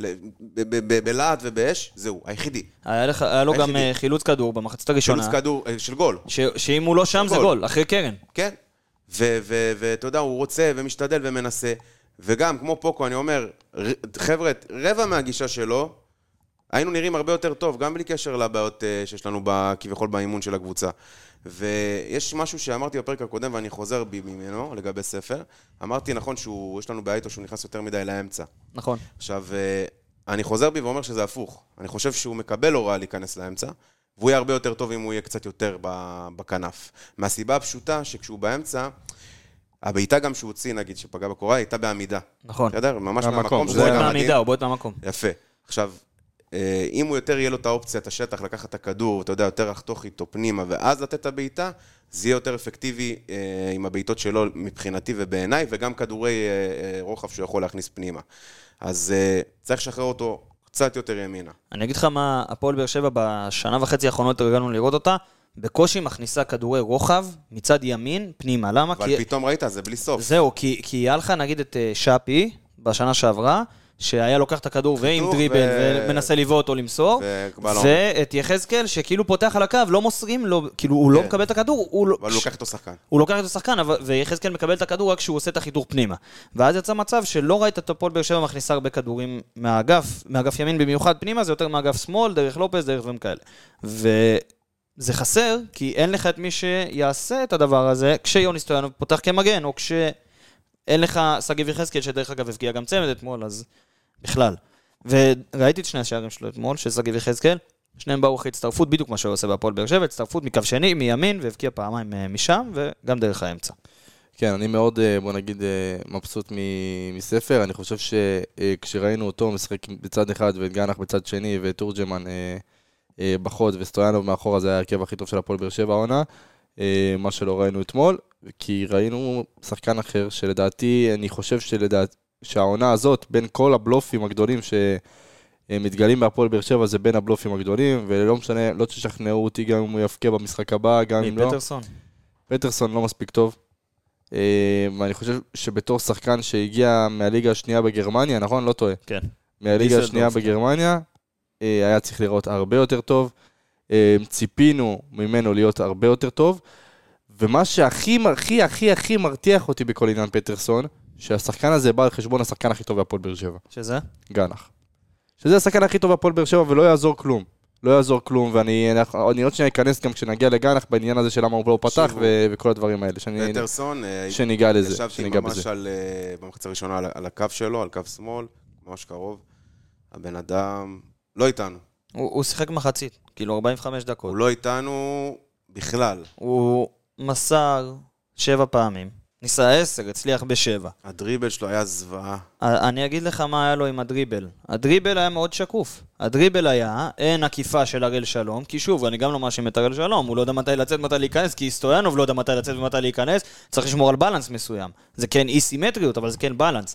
[SPEAKER 1] בלעד ובאש, זהו, היחידי.
[SPEAKER 2] היה לו גם חילוץ כדור במחצית הראשונה.
[SPEAKER 1] חילוץ כדור של גול.
[SPEAKER 2] שאם הוא לא שם זה גול, אחרי קרן.
[SPEAKER 1] כן, ואתה יודע, הוא רוצה ומשתדל ומנסה, וגם, כמו פוקו, אני אומר, חבר'ה, רבע מהגישה שלו, היינו נראים הרבה יותר טוב, גם בלי קשר לבעיות שיש לנו כביכול באימון של הקבוצה. ויש משהו שאמרתי בפרק הקודם, ואני חוזר בי ממנו, לגבי ספר. אמרתי, נכון, שיש לנו בעיה איתו שהוא נכנס יותר מדי לאמצע.
[SPEAKER 2] נכון.
[SPEAKER 1] עכשיו, אני חוזר בי ואומר שזה הפוך. אני חושב שהוא מקבל הוראה להיכנס לאמצע, והוא יהיה הרבה יותר טוב אם הוא יהיה קצת יותר בכנף. מהסיבה הפשוטה שכשהוא באמצע, הבעיטה גם שהוא הוציא, נגיד, שפגע בקורה, הייתה בעמידה.
[SPEAKER 2] נכון.
[SPEAKER 1] בסדר? ממש מהמקום.
[SPEAKER 2] הוא בועט מהעמידה, הוא בועט מהמקום.
[SPEAKER 1] יפה. עכשיו, אם הוא יותר יהיה לו את האופציה, את השטח, לקחת את הכדור, אתה יודע, יותר לחתוך איתו פנימה, ואז לתת את הבעיטה, זה יהיה יותר אפקטיבי עם הבעיטות שלו מבחינתי ובעיניי, וגם כדורי רוחב שהוא יכול להכניס פנימה. אז צריך לשחרר אותו קצת יותר ימינה.
[SPEAKER 2] אני אגיד לך מה, הפועל באר שבע בשנה וחצי האחרונות הרגלנו לראות אותה, בקושי מכניסה כדורי רוחב מצד ימין פנימה. למה?
[SPEAKER 1] אבל פתאום ראית, זה בלי סוף.
[SPEAKER 2] זהו, כי היה לך נגיד את שפי בשנה שעברה, שהיה לוקח את הכדור ועם דריבל ומנסה לבעוט או למסור, ואת יחזקאל שכאילו פותח על הקו, לא מוסרים לו, כאילו הוא לא מקבל את הכדור,
[SPEAKER 1] אבל הוא לוקח את השחקן.
[SPEAKER 2] הוא לוקח את השחקן, ויחזקאל מקבל את הכדור רק כשהוא עושה את החיתוך פנימה. ואז יצא מצב שלא ראית את הפועל באר שבע מכניסה הרבה כדורים מהאגף ימין במיוחד פנימה, זה יותר מהאגף שמאל, דרך לופס, דרך דברים כאלה. וזה חסר, כי אין לך את מי שיעשה את הדבר הזה, כשיוני סטויאנוב פותח כמגן, או כשאין לך שגיב יחזקאל, שדרך אגב הפגיע גם צמד אתמול, אז בכלל. וראיתי את שני השערים שלו אתמול, של שגיב יחזקאל, שניהם באו אחרי הצטרפות, בדיוק מה שהוא עושה בהפועל באר שבע, הצטרפות מקו שני, מימין, והבקיע פעמיים משם, וגם דרך האמצע.
[SPEAKER 3] כן, אני מאוד, בוא נגיד, מבסוט מספר. אני חושב שכשראינו אותו משחק בצד אחד, ואת גנח בצד שני, ותורג'מן בחוד, וסטויאנוב מאחורה, זה היה הרכב הכי טוב של הפועל באר שבע העונה, מה שלא ראינו אתמול, כי ראינו שחקן אחר, שלדעתי, אני חושב שהעונה הזאת, בין כל הבלופים הגדולים שמתגלים בהפועל באר שבע, זה בין הבלופים הגדולים, ולא משנה, לא תשכנעו אותי גם אם הוא יפקע במשחק הבא, גם אם לא.
[SPEAKER 2] פטרסון.
[SPEAKER 3] פטרסון לא מספיק טוב. ואני חושב שבתור שחקן שהגיע מהליגה השנייה בגרמניה, נכון? לא טועה.
[SPEAKER 2] כן.
[SPEAKER 3] מהליגה השנייה בגרמניה, היה צריך לראות הרבה יותר טוב. ציפינו ממנו להיות הרבה יותר טוב. ומה שהכי, הכי, הכי, הכי מרתיח אותי בכל עניין פטרסון, שהשחקן הזה בא על חשבון השחקן הכי טוב בהפועל באר שבע.
[SPEAKER 2] שזה?
[SPEAKER 3] גנח. שזה השחקן הכי טוב בהפועל באר שבע, ולא יעזור כלום. לא יעזור כלום, ואני עוד שניה אכנס גם כשנגיע לגנח בעניין הזה של למה הוא לא פתח וכל הדברים האלה.
[SPEAKER 1] פטרסון,
[SPEAKER 3] שניגע לזה.
[SPEAKER 1] ישבתי ממש במחצה הראשונה על הקו שלו, על קו שמאל, ממש קרוב. הבן אדם לא איתנו.
[SPEAKER 2] הוא שיחק מחצית, כאילו 45 דקות.
[SPEAKER 1] הוא לא איתנו בכלל.
[SPEAKER 2] הוא מסר 7 פעמים. ניסה 10, הצליח ב7.
[SPEAKER 1] הדריבל שלו היה זוועה.
[SPEAKER 2] אני אגיד לך מה היה לו עם הדריבל. הדריבל היה מאוד שקוף. הדריבל היה, אין עקיפה של הראל שלום, כי שוב, אני גם לא מאשים את הראל שלום, הוא לא יודע מתי לצאת, מתי להיכנס, כי סטויאנוב לא יודע מתי לצאת ומתי להיכנס, צריך לשמור על בלנס מסוים. זה כן אי סימטריות, אבל זה כן בלנס.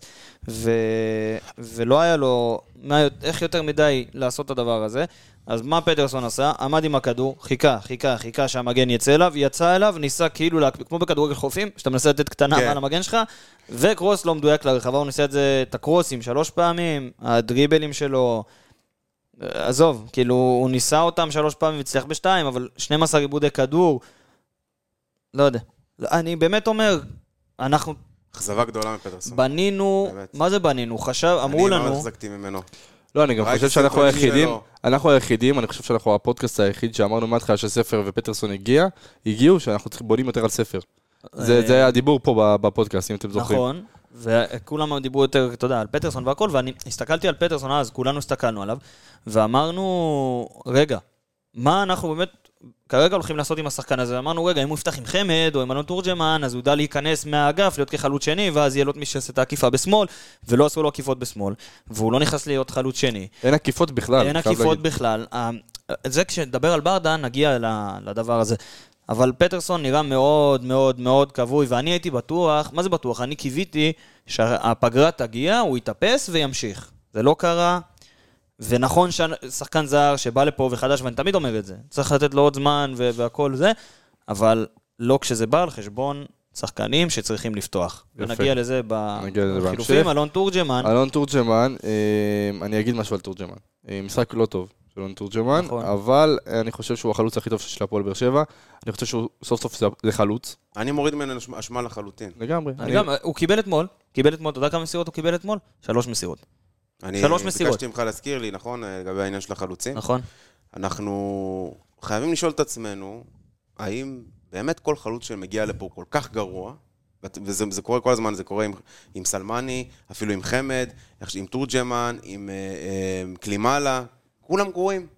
[SPEAKER 2] ולא היה לו איך יותר מדי לעשות את הדבר הזה. אז מה פטרסון עשה? עמד עם הכדור, חיכה שהמגן יצא אליו, יצא אליו, ניסה כאילו, כמו בכדורגל חופים, שאתה מנסה לתת קטנה מעל המגן שלך, וקרוס לא מדויק לרחבה, הוא ניסה את הקרוסים 3 פעמים, הדריבלים שלו, עזוב, כאילו, הוא ניסה אותם 3 פעמים והצליח ב2, אבל 12 עיבודי כדור, לא יודע. אני באמת אומר, אנחנו...
[SPEAKER 1] אכזבה גדולה מפטרסון.
[SPEAKER 2] בנינו, מה זה בנינו? אמרו לנו...
[SPEAKER 1] אני לא החזקתי ממנו.
[SPEAKER 3] לא, אני גם חושב שאנחנו היחידים, אני חושב שאנחנו הפודקאסט היחיד שאמרנו מהתחלה שספר ופטרסון הגיעו, שאנחנו בונים יותר על ספר. זה היה הדיבור פה בפודקאסט, אם אתם זוכרים.
[SPEAKER 2] נכון, וכולם דיברו יותר, אתה יודע, על פטרסון והכל, ואני הסתכלתי על פטרסון אז, כולנו הסתכלנו עליו, ואמרנו, רגע, מה אנחנו באמת כרגע הולכים לעשות עם השחקן הזה, אמרנו, רגע, אם הוא יפתח עם חמד, או עם אלון תורג'מן, אז הוא יודע להיכנס מהאגף, להיות כחלוץ שני, ואז יהיה לו מי שעשה את העקיפה בשמאל, ולא עשו לו עקיפות בשמאל, והוא לא נכנס להיות חלוץ שני.
[SPEAKER 3] אין עקיפות בכלל.
[SPEAKER 2] אין עקיפות בכלל. זה כשנדבר על ברדה, נגיע לדבר הזה. אבל פטרסון נראה מאוד מאוד מאוד כבוי, ואני הייתי בטוח, מה זה בטוח? אני קיוויתי שהפגרה תגיע, הוא יתאפס וימשיך. זה לא קרה, ונכון ששחקן זר שבא לפה וחדש, ואני תמיד אומר את זה, צריך לתת לו עוד זמן והכל זה, אבל לא כשזה בא על חשבון שחקנים שצריכים לפתוח. ונגיע לזה בחילופים, אלון תורג'מן.
[SPEAKER 3] אלון תורג'מן, אני אגיד משהו על תורג'מן. משחק לא טוב. אלון תורג'מן, אבל אני חושב שהוא החלוץ הכי טוב של הפועל באר שבע. אני חושב שהוא סוף סוף זה חלוץ.
[SPEAKER 1] אני מוריד ממנו אשמה לחלוטין.
[SPEAKER 3] לגמרי.
[SPEAKER 2] הוא קיבל אתמול, אתה יודע כמה מסירות הוא קיבל אתמול? 3 מסירות. 3 מסירות.
[SPEAKER 1] ביקשתי ממך להזכיר לי, נכון, לגבי העניין של החלוצים.
[SPEAKER 2] נכון.
[SPEAKER 1] אנחנו חייבים לשאול את עצמנו, האם באמת כל חלוץ שמגיע לפה כל כך גרוע, וזה קורה כל הזמן, זה קורה עם סלמני, אפילו עם חמד, עם תורג'מן, עם קלימאלה, כולם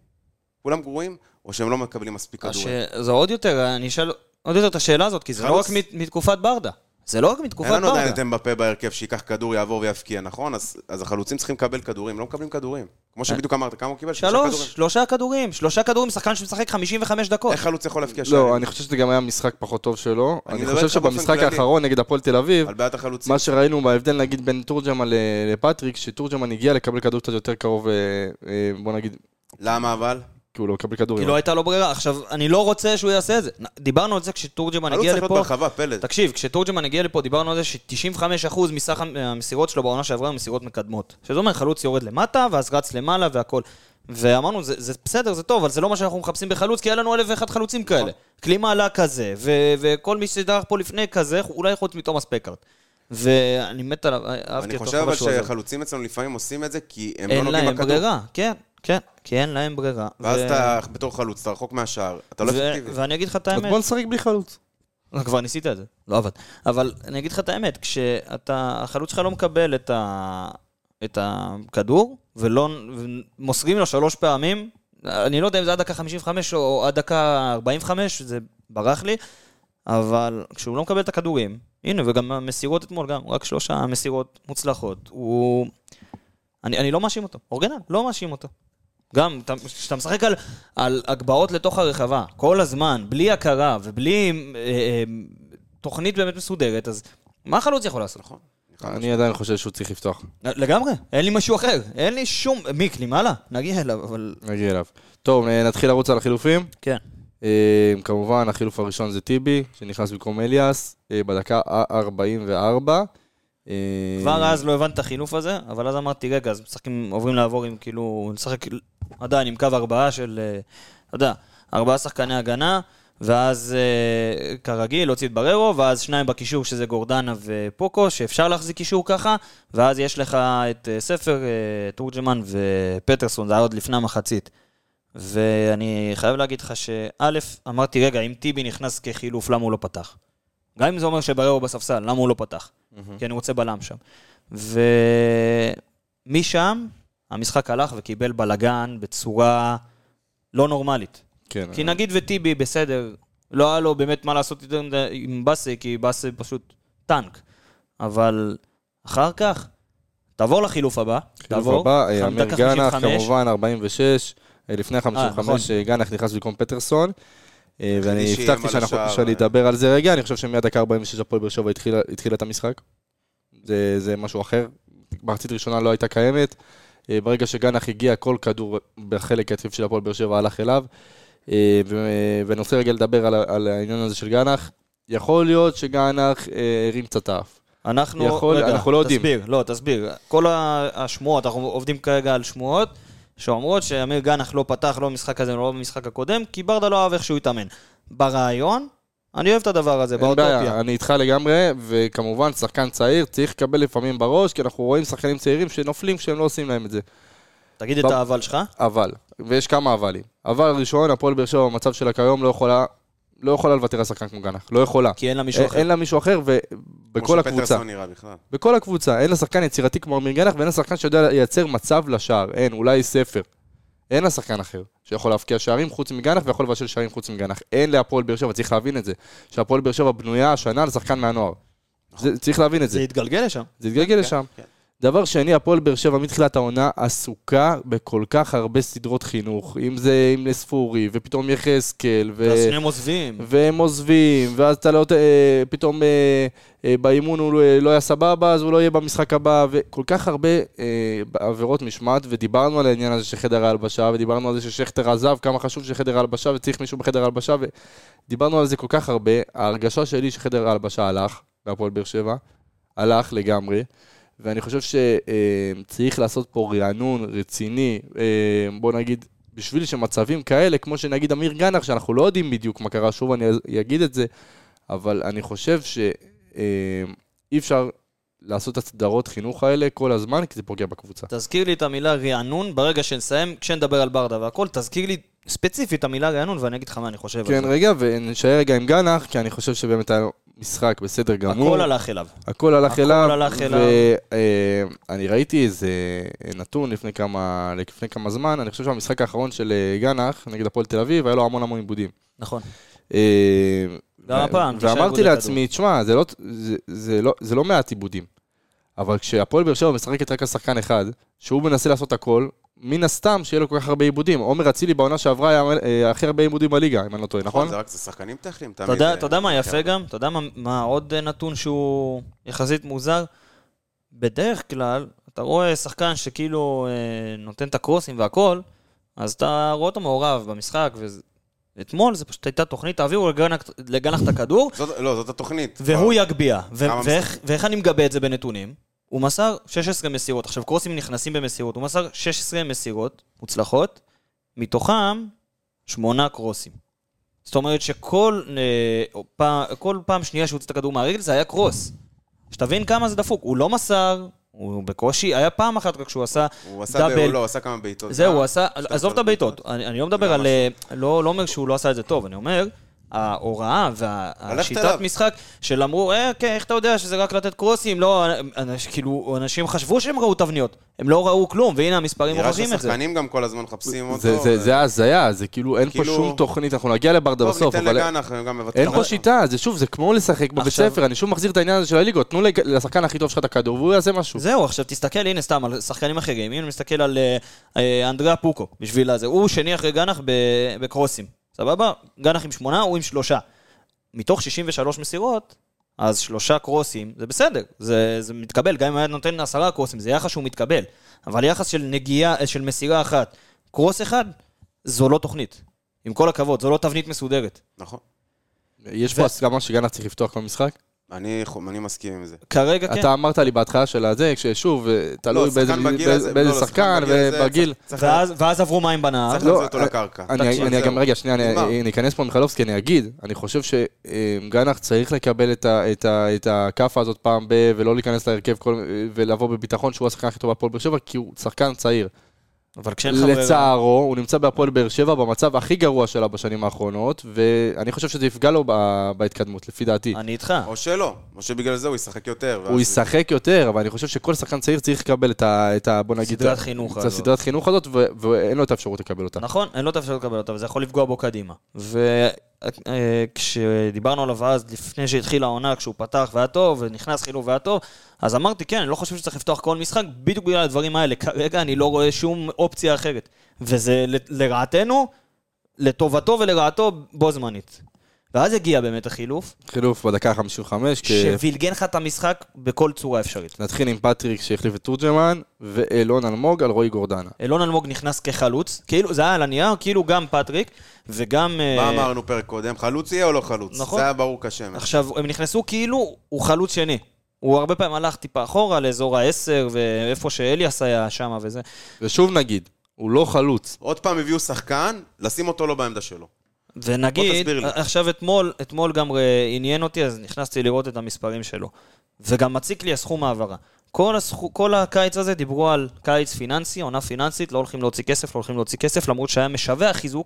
[SPEAKER 1] גרועים, או שהם לא מקבלים מספיק כדורים?
[SPEAKER 2] זה עוד יותר, אני אשאל עוד יותר את השאלה הזאת, כי זה לא רק מתקופת ברדה. זה לא רק מתקופת ברדה.
[SPEAKER 1] אין לנו עדיין את אמבפה בהרכב שיקח כדור, יעבור ויפקיע, נכון? אז החלוצים צריכים לקבל כדורים, לא מקבלים כדורים. כמו שבדיוק אמרת, כמה הוא קיבל?
[SPEAKER 2] 3 כדורים, שחקן שמשחק 55 דקות.
[SPEAKER 1] איך חלוץ יכול להפקיע שערים?
[SPEAKER 3] לא, אני חושב שזה גם היה משחק פחות טוב שלו. אני חושב שבמשחק האחרון נגד הפועל תל אביב, מה שראינו בהבדל נגיד בין תורג'מן לפטריק, שתורג'מן הגיע לקבל כדור קצת יותר קרוב, בוא נגיד.
[SPEAKER 1] למה אבל?
[SPEAKER 3] כי הוא לא מקבל כדור.
[SPEAKER 2] כי לא הייתה לו ברירה. עכשיו, אני לא רוצה שהוא יעשה את זה. דיברנו על זה כשתורג'מן הגיע לפה. תקשיב, כשתורג'מן הגיע לפה, דיברנו על זה ש95% מסך המסירות שלו בעונה שעברה מסירות מקדמות. שזה אומר, חלוץ יורד למטה, ואז רץ למעלה והכל. ואמרנו, זה בסדר, זה טוב, אבל זה לא מה שאנחנו מחפשים בחלוץ, כי היה לנו 1,001 חלוצים כאלה. קלימה עלה כזה, וכל מי שדרך פה לפני כזה, אולי חוץ מתומאס פקארט. ואני מת עליו,
[SPEAKER 1] אני חושב אבל שחלוצים אצלנו לפעמים עושים את זה, כי הם לא נוגעים בכדור.
[SPEAKER 2] כן, כי אין להם ברירה.
[SPEAKER 1] ואז אתה בתור חלוץ, אתה רחוק מהשער, אתה לא אפקטיבי.
[SPEAKER 2] ואני אגיד לך את האמת.
[SPEAKER 3] אז בוא נשחק בלי חלוץ.
[SPEAKER 2] כבר ניסית את זה, לא עבד. אבל אני אגיד לך את האמת, כשהחלוץ שלך לא מקבל את הכדור, ומוסרים לו 3 פעמים, אני לא יודע אם זה עד דקה 55 או עד דקה 45, זה ברח לי, אבל כשהוא לא מקבל את הכדורים, הנה, וגם המסירות אתמול, גם רק 3 מסירות מוצלחות, אני לא מאשים אותו, אורגנל, לא מאשים אותו. גם, כשאתה משחק על הגבעות לתוך הרחבה, כל הזמן, בלי הכרה ובלי תוכנית באמת מסודרת, אז מה החלוץ יכול לעשות? נכון.
[SPEAKER 3] אני עדיין חושב שהוא צריך לפתוח.
[SPEAKER 2] לגמרי, אין לי משהו אחר, אין לי שום, מיק, למעלה, נגיע אליו, אבל...
[SPEAKER 3] נגיע אליו. טוב, נתחיל לרוץ על החילופים.
[SPEAKER 2] כן.
[SPEAKER 3] כמובן, החילוף הראשון זה טיבי, שנכנס במקום אליאס, בדקה 44.
[SPEAKER 2] כבר אז לא הבנת את החילוף הזה, אבל אז אמרתי, רגע, אז משחקים עוברים לעבור עם כאילו, נשחק עדיין עם קו 4 של, אתה יודע, 4 שחקני הגנה, ואז כרגיל, להוציא את בררו, ואז 2 בקישור שזה גורדנה ופוקו, שאפשר להחזיק קישור ככה, ואז יש לך את ספר, תורג'מן ופטרסון, זה היה עוד לפני המחצית. ואני חייב להגיד לך שא', אמרתי, רגע, אם טיבי נכנס כחילוף, למה הוא לא פתח? גם אם זה אומר שבררו בספסל, למה הוא לא פתח? כי אני רוצה בלם שם. ומשם, המשחק הלך וקיבל בלגן בצורה לא נורמלית.
[SPEAKER 3] כן.
[SPEAKER 2] כי נגיד וטיבי בסדר, לא היה לו באמת מה לעשות עם בסי, כי בסי פשוט טנק. אבל אחר כך, תעבור לחילוף הבא.
[SPEAKER 3] חילוף הבא, אמיר גנח, כמובן, 46. לפני 55, גנח נכנס במקום פטרסון. ואני הבטחתי שאני אדבר על זה רגע, אני חושב שמיד דקה 46 הפועל באר שבע התחילה את המשחק. זה משהו אחר. מחצית ראשונה לא הייתה קיימת. ברגע שגנח הגיע, כל כדור בחלק התקף של הפועל באר שבע הלך אליו. ואני רוצה רגע לדבר על העניין הזה של גנח. יכול להיות שגנח הרים קצת האף.
[SPEAKER 2] אנחנו לא יודעים. תסביר. כל השמועות, אנחנו עובדים כרגע על שמועות, שאומרות שאמיר גנח לא פתח, לא במשחק הזה, לא במשחק הקודם, כי ברדה לא אוהב איך שהוא יתאמן. ברעיון, אני אוהב את הדבר הזה, באוטופיה.
[SPEAKER 3] אני איתך לגמרי, וכמובן, שחקן צעיר צריך לקבל לפעמים בראש, כי אנחנו רואים שחקנים צעירים שנופלים שהם לא עושים להם את זה.
[SPEAKER 2] תגיד את האבל שלך.
[SPEAKER 3] אבל, ויש כמה אבלים. אבל ראשון, הפועל באר שבע במצב שלה כיום לא יכולה לוותר על שחקן כמו גנח, לא יכולה.
[SPEAKER 2] כי אין לה מישהו אחר.
[SPEAKER 3] אין לה מישהו אחר, ובכל הקבוצה.
[SPEAKER 1] כמו שפטרסון נראה בכלל.
[SPEAKER 3] בכל הקבוצה, אין לה שחקן יצירתי כמו אמיר גנח, ואין לה שחקן שיודע לייצר מצב לשער. אין, אולי ספר. אין לה שחקן אחר שיכול להפקיע שערים חוץ מגנח ויכול לבשל שערים חוץ מגנח. אין להפועל באר שבע, צריך להבין את זה. שהפועל באר שבע בנויה השנה לשחקן מהנוער. צריך להבין את זה.
[SPEAKER 2] זה יתגלגל לשם.
[SPEAKER 3] זה יתגלגל לשם. דבר שני, הפועל באר שבע מתחילת העונה עסוקה בכל כך הרבה סדרות חינוך, אם זה עם לספורי, ופתאום יחזקאל, והם עוזבים, ואז אתה לא, פתאום באימון הוא לא היה סבבה, אז הוא לא יהיה במשחק הבא, וכל כך הרבה עבירות משמעת, ודיברנו על העניין הזה של חדר ההלבשה, ודיברנו על זה ששכטר עזב, כמה חשוב שחדר ההלבשה, וצריך מישהו בחדר ההלבשה, ודיברנו על זה כל כך הרבה. ההרגשה שלי שחדר ההלבשה הלך, בהפועל באר שבע, הלך לגמרי, ואני חושב שצריך לעשות פה רענון רציני, בוא נגיד, בשביל שמצבים כאלה, כמו שנגיד אמיר גנח, שאנחנו לא יודעים בדיוק מה קרה, שוב אני אגיד את זה, אבל אני חושב שאי אפשר לעשות את הסדרות חינוך האלה כל הזמן, כי זה פוגע בקבוצה.
[SPEAKER 2] תזכיר לי את המילה רענון, ברגע שנסיים, כשנדבר על ברדה והכל, תזכיר לי ספציפית המילה רענון, ואני אגיד לך מה אני חושב על זה.
[SPEAKER 3] כן, רגע, ונשאר רגע עם גנח, כי אני חושב שבאמת היה משחק בסדר גמור.
[SPEAKER 2] הכל הלך אליו.
[SPEAKER 3] הכל הלך אליו, ואני ראיתי איזה נתון לפני כמה זמן, אני חושב שהמשחק האחרון של גנח, נגד הפועל תל אביב, היה לו המון עיבודים.
[SPEAKER 2] נכון. גם הפעם.
[SPEAKER 3] ואמרתי לעצמי, תשמע, זה לא מעט עיבודים, אבל כשהפועל באר שבע משחקת רק על שחקן אחד, שהוא מנסה לעשות הכל, מן הסתם שיהיה לו כל כך הרבה עיבודים. עומר אצילי בעונה שעברה היה הכי הרבה עיבודים בליגה, אם אני לא טועה, נכון?
[SPEAKER 1] זה רק שחקנים טכניים.
[SPEAKER 2] אתה יודע מה יפה גם? אתה יודע מה עוד נתון שהוא יחסית מוזר? בדרך כלל, אתה רואה שחקן שכאילו נותן את הקרוסים והכל, אז אתה רואה אותו מעורב במשחק, ואתמול זה פשוט הייתה תוכנית, תעבירו לגנח את הכדור.
[SPEAKER 1] לא, זאת התוכנית.
[SPEAKER 2] והוא יגביע. ואיך אני מגבה את זה בנתונים? הוא מסר 16 מסירות. עכשיו, קרוסים נכנסים במסירות. הוא מסר 16 מסירות מוצלחות, מתוכם 8 קרוסים. זאת אומרת שכל פעם שנייה שהוא הוצא את הכדור מהרגל, זה היה קרוס. שתבין כמה זה דפוק. הוא לא מסר, הוא בקושי, היה פעם אחת רק שהוא עשה דאבל.
[SPEAKER 1] הוא עשה כמה בעיטות.
[SPEAKER 2] זהו, הוא עשה, עזוב את הבעיטות. אני לא מדבר על, לא אומר שהוא לא עשה את זה טוב, אני אומר, ההוראה והשיטת משחק של אמרו, איך אתה יודע שזה רק לתת קרוסים, לא, כאילו, אנשים חשבו שהם ראו תבניות, הם לא ראו כלום, והנה המספרים מוכיחים את זה.
[SPEAKER 1] נראה שהשחקנים גם כל הזמן מחפשים אותו.
[SPEAKER 3] זה הזיה, זה כאילו, אין פה שום תוכנית, אנחנו נגיע לברדה בסוף, אבל אין פה שיטה, זה שוב, זה כמו לשחק בבית ספר, אני שוב מחזיר את העניין הזה של הליגות, תנו לשחקן הכי טוב שלך את הכדור, והוא יעשה משהו.
[SPEAKER 2] זהו, עכשיו תסתכל, הנה סתם, על שחקנים אחרים, הנה מסתכל על אנדריה פוקו, בשביל הזה, הוא שני אחרי גנח בקרוסים. סבבה? גנח עם 8, הוא עם 3. מתוך 63 מסירות, אז 3 קרוסים, זה בסדר, זה מתקבל, גם אם היה נותן 10 קרוסים, זה יחס שהוא מתקבל, אבל יחס של נגיעה, של מסירה אחת, קרוס אחד, זו לא תוכנית. עם כל הכבוד, זו לא תבנית מסודרת.
[SPEAKER 1] נכון.
[SPEAKER 3] יש פה הסכמה שגנח צריך לפתוח כל משחק?
[SPEAKER 1] אני מסכים עם זה.
[SPEAKER 2] כרגע כן.
[SPEAKER 3] אתה אמרת לי בהתחלה של הזה, כששוב, תלוי באיזה שחקן ובגיל.
[SPEAKER 2] ואז עברו מים בנהר.
[SPEAKER 1] צריך להחזיר אותו לקרקע.
[SPEAKER 3] אני גם, רגע, שנייה, אני אכנס פה מיכלובסקי, אני אגיד, אני חושב שגנח צריך לקבל את הכאפה הזאת פעם ולא להיכנס להרכב ולבוא בביטחון שהוא השחקן הכי טוב בהפועל באר שבע, כי הוא שחקן צעיר. לצערו, הוא נמצא בהפועל באר שבע במצב הכי גרוע שלה בשנים האחרונות, ואני חושב שזה יפגע לו בהתקדמות, לפי דעתי.
[SPEAKER 2] אני איתך.
[SPEAKER 1] או שלא, או שבגלל זה הוא ישחק יותר.
[SPEAKER 3] הוא ישחק יותר, אבל אני חושב שכל שחקן צעיר צריך לקבל את בוא נגיד, את הסדרת חינוך הזאת, ואין לו את האפשרות לקבל אותה.
[SPEAKER 2] נכון, אין לו את האפשרות לקבל אותה, וזה יכול לפגוע בו קדימה. כשדיברנו עליו אז, לפני שהתחיל העונה, כשהוא פתח והיה טוב, ונכנס חילוב והיה טוב, אז אמרתי, כן, אני לא חושב שצריך לפתוח כל משחק, בדיוק בגלל הדברים האלה. כרגע אני לא רואה שום אופציה אחרת. וזה לרעתנו, לטובתו ולרעתו בו זמנית. ואז הגיע באמת החילוף.
[SPEAKER 3] חילוף בדקה 55.
[SPEAKER 2] שווילגן לך את המשחק בכל צורה אפשרית.
[SPEAKER 3] נתחיל עם פטריק שהחליף את תורג'מן, ואלון אלמוג על רועי גורדנה.
[SPEAKER 2] אלון אלמוג נכנס כחלוץ, כאילו, זה היה על הנייר, כאילו גם פטריק, וגם...
[SPEAKER 1] מה אמרנו פרק קודם? חלוץ יהיה או לא חלוץ?
[SPEAKER 2] נכון.
[SPEAKER 1] זה היה ברור כשם.
[SPEAKER 2] עכשיו, הם נכנסו כאילו, הוא חלוץ שני. הוא הרבה פעמים הלך טיפה אחורה לאזור ה-10, ואיפה שאליאס היה שם וזה.
[SPEAKER 3] ושוב נגיד, הוא לא חלוץ.
[SPEAKER 1] עוד פעם הביאו שחקן, לשים אותו לא בעמדה שלו.
[SPEAKER 2] ונגיד, עכשיו אתמול גם עניין אותי, אז נכנסתי לראות את המספרים שלו. וגם מציק לי הסכום העברה. כל הקיץ הזה דיברו על קיץ פיננסי, עונה פיננסית, לא הולכים להוציא כסף, למרות שהיה משווה החיזוק.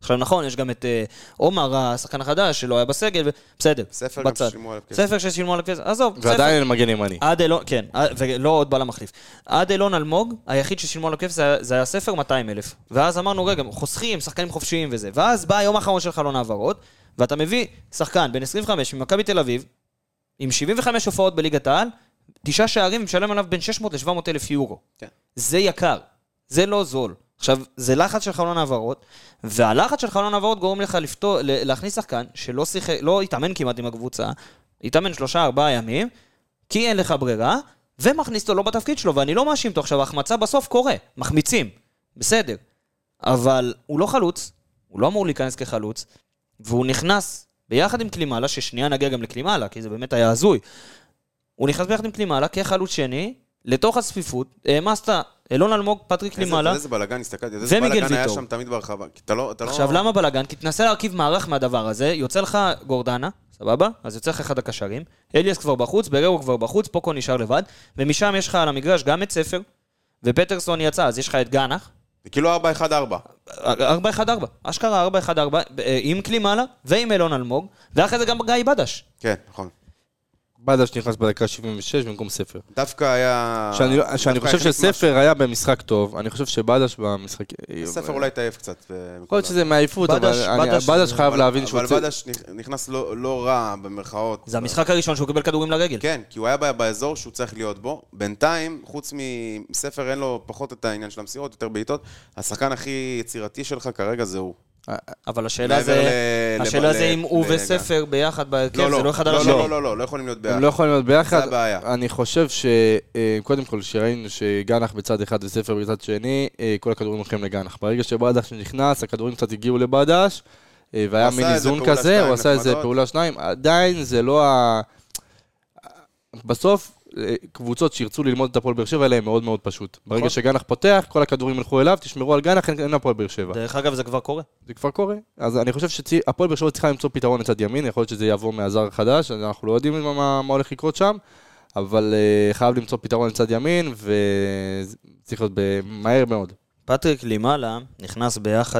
[SPEAKER 2] עכשיו נכון, יש גם את עומר, השחקן החדש, שלא היה בסגל, בסדר,
[SPEAKER 1] ספר גם ששילמו עליו כסף.
[SPEAKER 2] ספר ששילמו עליו כסף, עזוב.
[SPEAKER 3] ועדיין מגן ימני.
[SPEAKER 2] עד אילון, כן, ולא עוד בלם מחליף. עד אילון אלמוג, היחיד ששילמו עליו כסף זה היה ספר 200,000. ואז אמרנו, רגע, חוסכים, שחקנים חופשיים וזה. ואז בא היום האחרון של חלון העברות, ואתה מביא שחקן בין 25 ממכבי תל אביב, עם 75 הופעות בליגת העל, 9 שערים ומשלם עליו בין 600 ל-700 אלף יורו.
[SPEAKER 1] כן.
[SPEAKER 2] זה יקר, זה לא זול. עכשיו, זה לחץ של חלון העברות, והלחץ של חלון העברות גורם לך להכניס שחקן שלא יתאמן כמעט עם הקבוצה, יתאמן 3-4 ימים, כי אין לך ברירה, ומכניס אותו לא בתפקיד שלו, ואני לא מאשים אותו. עכשיו, ההחמצה בסוף קורה, מחמיצים, בסדר. אבל הוא לא חלוץ, הוא לא אמור להיכנס כחלוץ, והוא נכנס ביחד עם קלימאלה, ששנייה נגיע גם לקלימאלה, כי זה באמת היה הזוי. הוא נכנס ביחד עם קלימאלה כחלוץ שני, לתוך הצפיפות, העמסת אילון אלמוג, פטריק קלימאלה,
[SPEAKER 1] איזה בלגן, הסתכלתי, איזה בלגן היה שם תמיד ברחבה.
[SPEAKER 2] עכשיו, למה בלגן? כי תנסה להרכיב מערך מהדבר הזה, יוצא לך גורדנה, סבבה? אז יוצא לך אחד הקשרים, אליאס כבר בחוץ, בררו כבר בחוץ, פוקו נשאר לבד, ומשם יש לך על המגרש גם את ספר, ופטרסון יצא, אז יש לך את גנח.
[SPEAKER 1] זה כאילו 4-1-4.
[SPEAKER 2] 4-1-4, אשכרה 4-1-4, עם קלימאלה ועם אילון אלמוג, ואחרי זה גם גיא בדש.
[SPEAKER 1] כן, נכון.
[SPEAKER 3] בדש נכנס בדקה 76 במקום ספר.
[SPEAKER 1] דווקא היה...
[SPEAKER 3] שאני חושב שספר היה במשחק טוב, אני חושב שבדש במשחק...
[SPEAKER 1] ספר אולי תעייף קצת.
[SPEAKER 3] יכול להיות שזה מעייפות, אבל בדש חייב להבין שהוא...
[SPEAKER 1] אבל בדש נכנס לא רע במרכאות.
[SPEAKER 2] זה המשחק הראשון שהוא קיבל כדורים לרגל.
[SPEAKER 1] כן, כי הוא היה באזור שהוא צריך להיות בו. בינתיים, חוץ מספר אין לו פחות את העניין של המסירות, יותר בעיטות. השחקן הכי יצירתי שלך כרגע זה הוא.
[SPEAKER 2] אבל השאלה זה אם הוא וספר ביחד בהרכב, זה לא אחד על השני.
[SPEAKER 1] לא יכולים להיות ביחד.
[SPEAKER 3] הם לא יכולים להיות ביחד.
[SPEAKER 1] זה הבעיה.
[SPEAKER 3] אני חושב שקודם כל שראינו שגנח בצד אחד וספר בצד שני, כל הכדורים הולכים לגנח. ברגע שבדש נכנס, הכדורים קצת הגיעו לבדש, והיה מין איזון כזה, הוא עשה איזה פעולה שניים. עדיין זה לא בסוף, קבוצות שירצו ללמוד את הפועל באר שבע, אלה הם מאוד מאוד פשוט. ברגע שגנח פותח, כל הכדורים ילכו אליו, תשמרו על גנח, אין הפועל באר שבע.
[SPEAKER 2] דרך אגב, זה כבר קורה.
[SPEAKER 3] זה כבר קורה. אז אני חושב שהפועל באר שבע צריכה למצוא פתרון לצד ימין, יכול להיות שזה יבוא מהזר החדש, אנחנו לא יודעים מה הולך לקרות שם, אבל חייב למצוא פתרון לצד ימין, וצריך להיות מהר מאוד.
[SPEAKER 2] פטריק לימאלה נכנס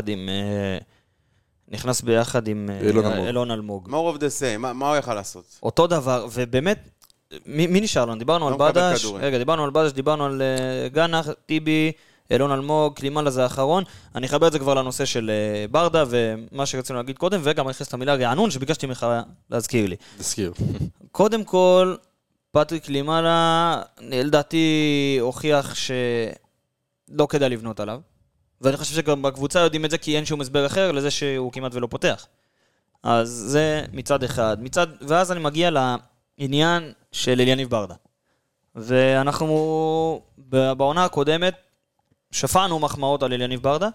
[SPEAKER 2] ביחד עם אילון אלמוג.
[SPEAKER 1] מה הוא עובד עושה? מה הוא יכל לעשות?
[SPEAKER 2] אותו דבר, ובאמת, מי נשאר לנו? דיברנו על בדש, דיברנו על גנח, טיבי, אילון אלמוג, קלימאלה זה האחרון. אני אחבר את זה כבר לנושא של ברדה, ומה שרצינו להגיד קודם, וגם נכנס את המילה רענון, שביקשתי ממך להזכיר לי.
[SPEAKER 3] תזכיר.
[SPEAKER 2] קודם כל, פטריק לימאלה, לדעתי הוכיח שלא כדאי לבנות עליו, ואני חושב שגם בקבוצה יודעים את זה, כי אין שום הסבר אחר לזה שהוא כמעט ולא פותח. אז זה מצד אחד. ואז אני מגיע לעניין של אליניב ברדה. ואנחנו בעונה הקודמת שפענו מחמאות על אליניב ברדה,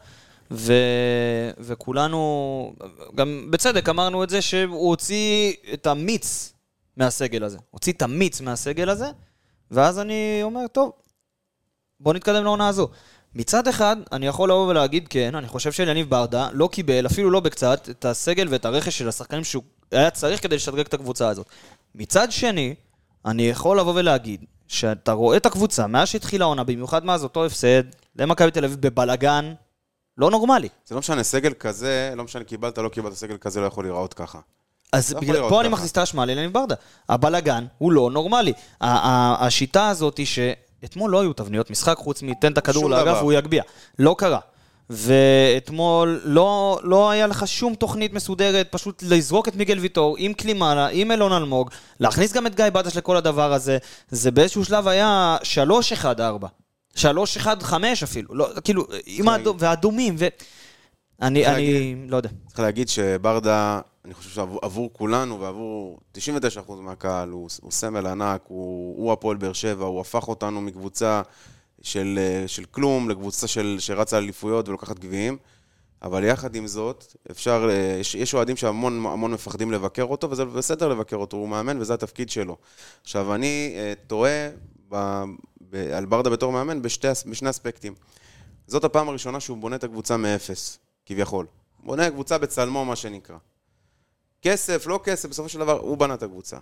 [SPEAKER 2] וכולנו, גם בצדק אמרנו את זה, שהוא הוציא את המיץ מהסגל הזה, ואז אני אומר, טוב, בוא נתקדם לעונה הזו. מצד אחד, אני יכול לבוא ולהגיד, כן, אני חושב שאליניב ברדה לא קיבל, אפילו לא בקצת, את הסגל ואת הרכש של השחקנים שהוא היה צריך כדי לשדרג את הקבוצה הזאת. מצד שני, אני יכול לבוא ולהגיד, שאתה רואה את הקבוצה, מאז שהתחילה העונה, במיוחד מאז אותו הפסד, למכבי תל אביב בבלגן, לא נורמלי.
[SPEAKER 1] זה לא משנה, סגל כזה, לא משנה, קיבלת, לא קיבלת, סגל כזה לא יכול להיראות ככה.
[SPEAKER 2] אז פה אני מכניס את האשמה לאליניב ברדה. הבלגן הוא לא נורמלי. השיטה הזאת היא שאתמול לא היו תבניות משחק, חוץ מתן את הכדור לאגף והוא יגביע. לא קרה. ואתמול לא היה לך שום תוכנית מסודרת, פשוט לזרוק את מיגל ויטור עם קלימאלה, עם אילון אלמוג, להכניס גם את גיא בדש לכל הדבר הזה. זה באיזשהו שלב היה 3-1-4. 3-1-5 אפילו. לא, כאילו, והאדומים, אני לא יודע.
[SPEAKER 1] צריך להגיד שברדה, אני חושב שעבור כולנו ועבור 99% מהקהל, הוא סמל ענק, הוא הפועל באר שבע, הוא הפך אותנו מקבוצה של כלום לקבוצה שרצה אליפויות ולוקחת גביעים, אבל יחד עם זאת, יש אוהדים שהמון מפחדים לבקר אותו, וזה בסדר לבקר אותו, הוא מאמן וזה התפקיד שלו. עכשיו, אני טועה על ברדה בתור מאמן בשני אספקטים. זאת הפעם הראשונה שהוא בונה את הקבוצה מאפס, כביכול. בונה קבוצה בצלמו, מה שנקרא. כסף, לא כסף, בסופו של דבר, הוא בנה את הקבוצה.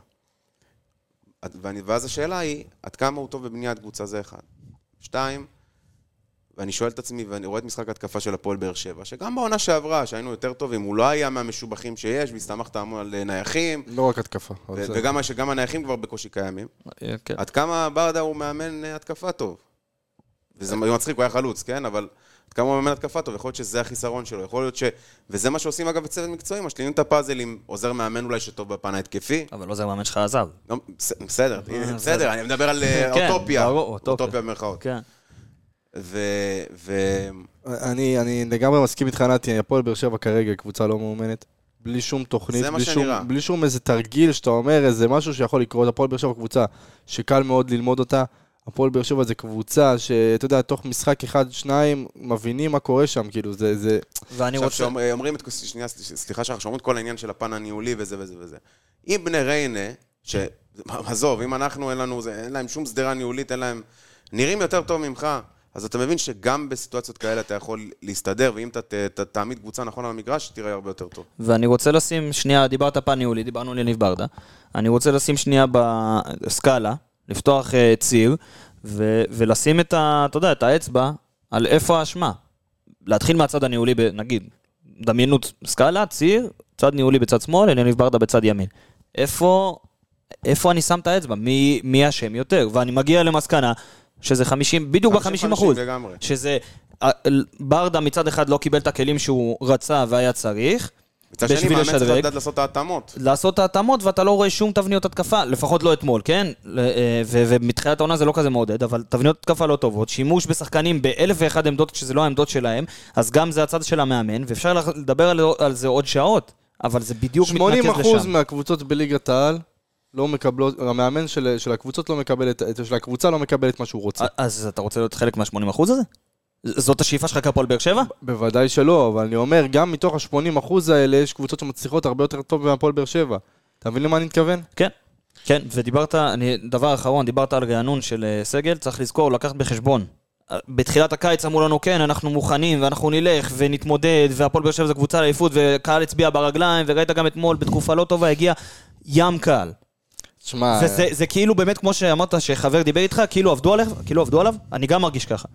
[SPEAKER 1] ואז השאלה היא, עד כמה הוא טוב בבניית קבוצה, זה אחד. 2, ואני שואל את עצמי, ואני רואה את משחק התקפה של הפועל באר שבע, שגם בעונה שעברה, שהיינו יותר טובים, הוא לא היה מהמשובחים שיש, והסתמכת המון על נייחים.
[SPEAKER 3] לא רק התקפה.
[SPEAKER 1] וגם שגם הנייחים כבר בקושי קיימים. עד כמה ברדה הוא מאמן התקפה טוב. וזה מצחיק, הוא היה חלוץ, כן? אבל עד כמה הוא מאמן התקפה טוב, יכול להיות שזה החיסרון שלו, יכול להיות וזה מה שעושים אגב בצוות מקצועי, משלימים את הפאזלים, עוזר מאמן אולי שטוב בפן ההתקפי.
[SPEAKER 2] אבל עוזר מאמן שלך עזב.
[SPEAKER 1] בסדר, אני מדבר על אוטופיה במרכאות.
[SPEAKER 2] כן.
[SPEAKER 3] אני לגמרי מסכים איתך, נתי, הפועל באר שבע כרגע קבוצה לא מאומנת, בלי שום תוכנית, בלי שום איזה תרגיל שאתה אומר, איזה משהו שיכול לקרות. הפועל באר שבע קבוצה שקל מאוד ללמוד אותה, הפועל באר שבע זה קבוצה שאתה יודע, תוך משחק אחד, שניים, מבינים מה קורה שם, כאילו, זה...
[SPEAKER 2] ואני רוצה...
[SPEAKER 1] אומרים את... שנייה, סליחה שאומרים את כל העניין של הפן הניהולי וזה וזה וזה. אם בני ריינה, עזוב, אם אנחנו אין להם שום סדרה ניהולית, אין להם... נראים יותר טוב ממך, אז אתה מבין שגם בסיטואציות כאלה אתה יכול להסתדר, ואם אתה תעמיד קבוצה נכון על המגרש, תראה הרבה יותר טוב.
[SPEAKER 2] ואני רוצה לשים, שנייה, דיברת פן ניהולי, דיברנו על יניב ברדה, אני רוצה לשים שנייה בסקאלה, לפתוח ציר, ולשים אתה יודע, את האצבע על איפה האשמה. להתחיל מהצד הניהולי, נגיד, דמיינות סקאלה, ציר, צד ניהולי בצד שמאל, יניב ברדה בצד ימין. איפה אני שם את האצבע? מי אשם יותר? ואני מגיע למסקנה, שזה 50, בדיוק ב-50%. שזה, ברדה מצד אחד לא קיבל את הכלים שהוא רצה והיה צריך,
[SPEAKER 1] מצד שני, מאמן צריך לדעת לעשות את ההתאמות.
[SPEAKER 2] לעשות את ההתאמות, ואתה לא רואה שום תבניות התקפה, לפחות לא אתמול, כן? ומתחילת העונה זה לא כזה מעודד, אבל תבניות התקפה לא טובות, שימוש בשחקנים ב1,001 עמדות, שזה לא העמדות שלהם, אז גם זה הצד של המאמן, ואפשר לדבר על זה עוד שעות, אבל זה בדיוק מתנקז לשם.
[SPEAKER 3] 80% מהקבוצות בליגת העל, לא מקבלות, המאמן של הקבוצות לא מקבל של הקבוצה לא מקבל את מה שהוא רוצה.
[SPEAKER 2] אז אתה רוצה להיות חלק מה-80% הזה? זאת השאיפה שלך כפועל באר שבע?
[SPEAKER 3] בוודאי שלא, אבל אני אומר, גם מתוך ה-80% האלה, יש קבוצות שמצליחות הרבה יותר טוב מהפועל באר שבע. אתה מבין למה אני מתכוון?
[SPEAKER 2] כן, כן, ודיברת, דבר אחרון, דיברת על רענון של סגל, צריך לזכור, לקחת בחשבון. בתחילת הקיץ אמרו לנו, כן, אנחנו מוכנים, ואנחנו נלך ונתמודד, והפועל באר שבע זה קבוצה לאליפות, וקהל הצביע ברגליים, וראית גם אתמול, בתקופה לא טובה, הגיע ים קהל. וזה כאילו באמת, כמו שאמרת, שחבר דיבר איתך, כאילו עבדו עליו, אני גם מרגיש ככה.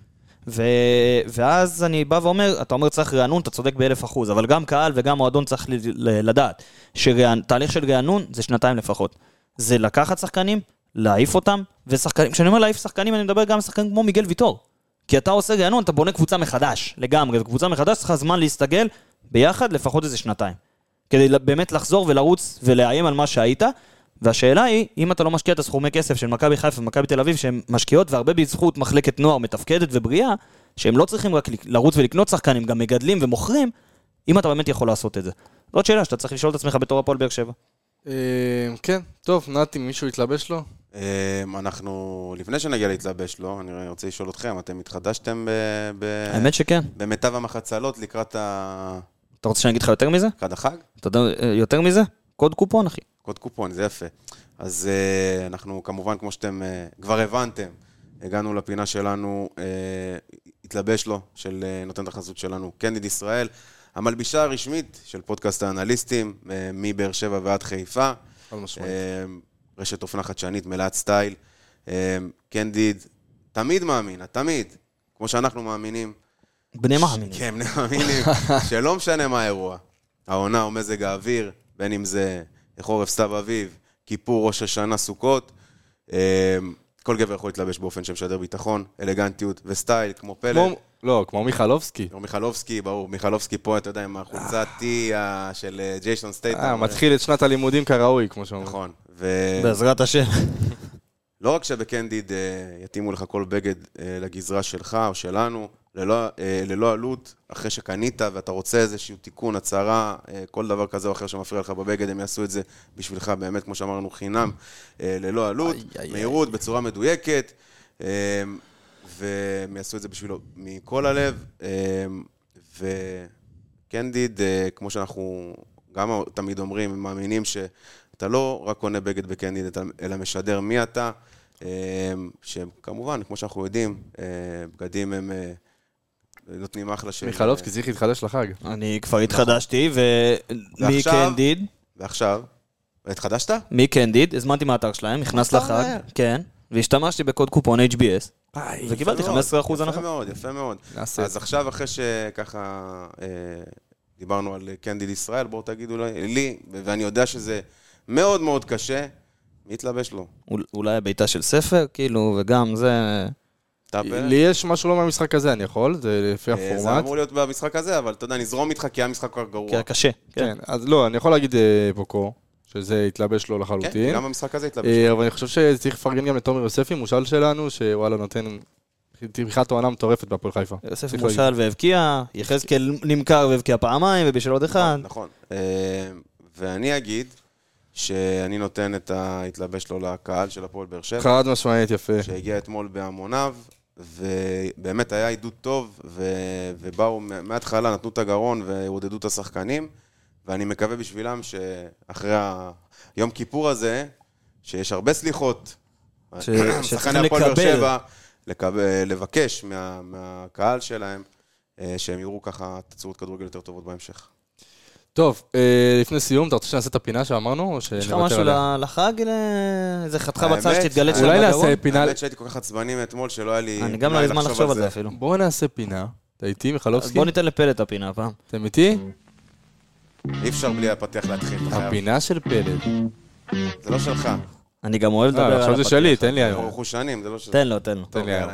[SPEAKER 2] ואז אני בא ואומר, אתה אומר צריך רענון, אתה צודק ב1,000%, אבל גם קהל וגם מועדון צריך לדעת, שתהליך של רענון זה 2 לפחות. זה לקחת שחקנים, להעיף אותם, ושחקנים, כשאני אומר להעיף שחקנים, אני מדבר גם על שחקנים כמו מיגל ויטור. כי אתה עושה רענון, אתה בונה קבוצה מחדש, לגמרי, זו קבוצה מחדש, צריך זמן להסתגל ביחד, לפחות איזה 2. כדי באמת לחזור ולרוץ ולאיים על מה שהיית, והשאלה היא, אם אתה לא משקיע את הסכומי כסף של מכבי חיפה ומכבי תל אביב, שהן משקיעות והרבה בזכות מחלקת נוער מתפקדת ובריאה, שהם לא צריכים רק לרוץ ולקנות שחקנים, גם מגדלים ומוכרים, אם אתה באמת יכול לעשות את זה. זאת שאלה שאתה צריך לשאול את עצמך בתור הפועל באר שבע.
[SPEAKER 3] כן, טוב, נתי, מישהו יתלבש לו?
[SPEAKER 1] אנחנו, לפני שנגיע להתלבש לו, אני רוצה לשאול אתכם, אתם התחדשתם
[SPEAKER 2] האמת שכן.
[SPEAKER 1] במיטב המחצלות לקראת
[SPEAKER 2] אתה רוצה שאני אגיד לך יותר מזה?
[SPEAKER 1] לקראת החג?
[SPEAKER 2] אתה יודע יותר מזה? קוד קופון, אחי.
[SPEAKER 1] קוד קופון, זה יפה. אז אנחנו כמובן, כמו שאתם כבר הבנתם, הגענו לפינה שלנו, התלבש לו, של נותן את החסות שלנו, קנדיד ישראל, המלבישה הרשמית של פודקאסט האנליסטים, מבאר שבע ועד חיפה. רשת אופנה חדשנית, מלאת סטייל. קנדיד, תמיד מאמינה, תמיד, כמו שאנחנו מאמינים.
[SPEAKER 2] בני מאמינים.
[SPEAKER 1] כן, בני מאמינים, שלא משנה מה האירוע. העונה או מזג האוויר, בין אם זה חורף סתיו אביב, כיפור, ראש השנה, סוכות. כל גבר יכול להתלבש באופן שמשדר ביטחון, אלגנטיות וסטייל, כמו פלא.
[SPEAKER 3] לא, כמו מיכלובסקי.
[SPEAKER 1] כמו מיכלובסקי, ברור. מיכלובסקי פה, אתה יודע, עם החולצת T של ג'ייסון סטייטם.
[SPEAKER 3] מתחיל את שנת הלימודים כראוי, כמו שאומרים.
[SPEAKER 1] נכון.
[SPEAKER 2] בעזרת השם.
[SPEAKER 1] לא רק שבקנדיד יתאימו לך כל בגד לגזרה שלך או שלנו, ללא עלות, אחרי שקנית ואתה רוצה איזשהו תיקון, הצהרה, כל דבר כזה או אחר שמפריע לך בבגד, הם יעשו את זה בשבילך באמת, כמו שאמרנו, חינם, ללא עלות, מהירות, בצורה מדויקת, והם יעשו את זה בשבילו מכל הלב, וקנדיד, כמו שאנחנו גם תמיד אומרים, מאמינים שאתה לא רק קונה בגד בקנדיד, אלא משדר מי אתה, שכמובן, כמו שאנחנו יודעים, בגדים הם נותנים אחלה של...
[SPEAKER 3] מיכלובסקי צריך להתחדש לחג.
[SPEAKER 2] אני כבר התחדשתי, ומי קנדיד?
[SPEAKER 1] ועכשיו? התחדשת?
[SPEAKER 2] מי קנדיד? הזמנתי מהאתר שלהם, נכנס לחג, כן, והשתמשתי בקוד קופון HBS, וקיבלתי 15% הנחה.
[SPEAKER 1] יפה מאוד, יפה מאוד. אז עכשיו, אחרי שככה דיברנו על קנדיד ישראל, בואו תגידו לי, ואני יודע שזה מאוד מאוד קשה, מי יתלבש לו?
[SPEAKER 2] אולי הביתה של ספר, כאילו, וגם זה...
[SPEAKER 3] לי יש משהו לא מהמשחק הזה, אני יכול, זה לפי הפורמט.
[SPEAKER 1] זה אמור להיות במשחק הזה, אבל אתה יודע, נזרום איתך, כי המשחק כבר גרוע.
[SPEAKER 2] כי קשה.
[SPEAKER 3] כן, אז לא, אני יכול להגיד פוקו, שזה יתלבש לו לחלוטין.
[SPEAKER 1] כן, גם במשחק הזה יתלבש לו.
[SPEAKER 3] אבל אני חושב שצריך לפרגן גם לתומר יוספי, מושל שלנו, שוואלה נותן תמיכת העונה מטורפת בהפועל חיפה.
[SPEAKER 2] יוסף מושל והבקיע, יחזקאל נמכר והבקיע פעמיים, ובשל עוד אחד.
[SPEAKER 1] נכון. ואני אגיד שאני נותן את ההתלבש לו לקהל של הפועל באר שבע.
[SPEAKER 3] חד משמעית יפה.
[SPEAKER 1] שהגיע אתמול בהמוניו, ובאמת היה עידוד טוב, ובאו מההתחלה, נתנו את הגרון ועודדו את השחקנים, ואני מקווה בשבילם שאחרי היום כיפור הזה, שיש הרבה סליחות, שחקני הפועל באר שבע, לבקש מהקהל שלהם, שהם יראו ככה תצורות כדורגל יותר טובות בהמשך.
[SPEAKER 3] טוב, לפני סיום, אתה רוצה שנעשה את הפינה שאמרנו?
[SPEAKER 2] יש לך משהו לחג? איזה חתיכה בצד שתתגלץ
[SPEAKER 3] אולי נעשה פינה...
[SPEAKER 1] האמת שהייתי כל כך עצבני אתמול שלא היה לי...
[SPEAKER 2] אני גם לא היה לי זמן לחשוב על זה אפילו.
[SPEAKER 3] בואו נעשה פינה. אתה איתי, מיכלובסקי?
[SPEAKER 2] בואו ניתן לפלט הפינה הפעם.
[SPEAKER 3] אתם איתי?
[SPEAKER 1] אי אפשר בלי הפתיח להתחיל.
[SPEAKER 3] הפינה של פלט.
[SPEAKER 1] זה לא שלך.
[SPEAKER 2] אני גם אוהב לדבר על הפתיח.
[SPEAKER 3] עכשיו זה שלי, תן לי היום.
[SPEAKER 1] אנחנו שנים, זה לא שלך.
[SPEAKER 2] תן לו.
[SPEAKER 3] תן לי היום.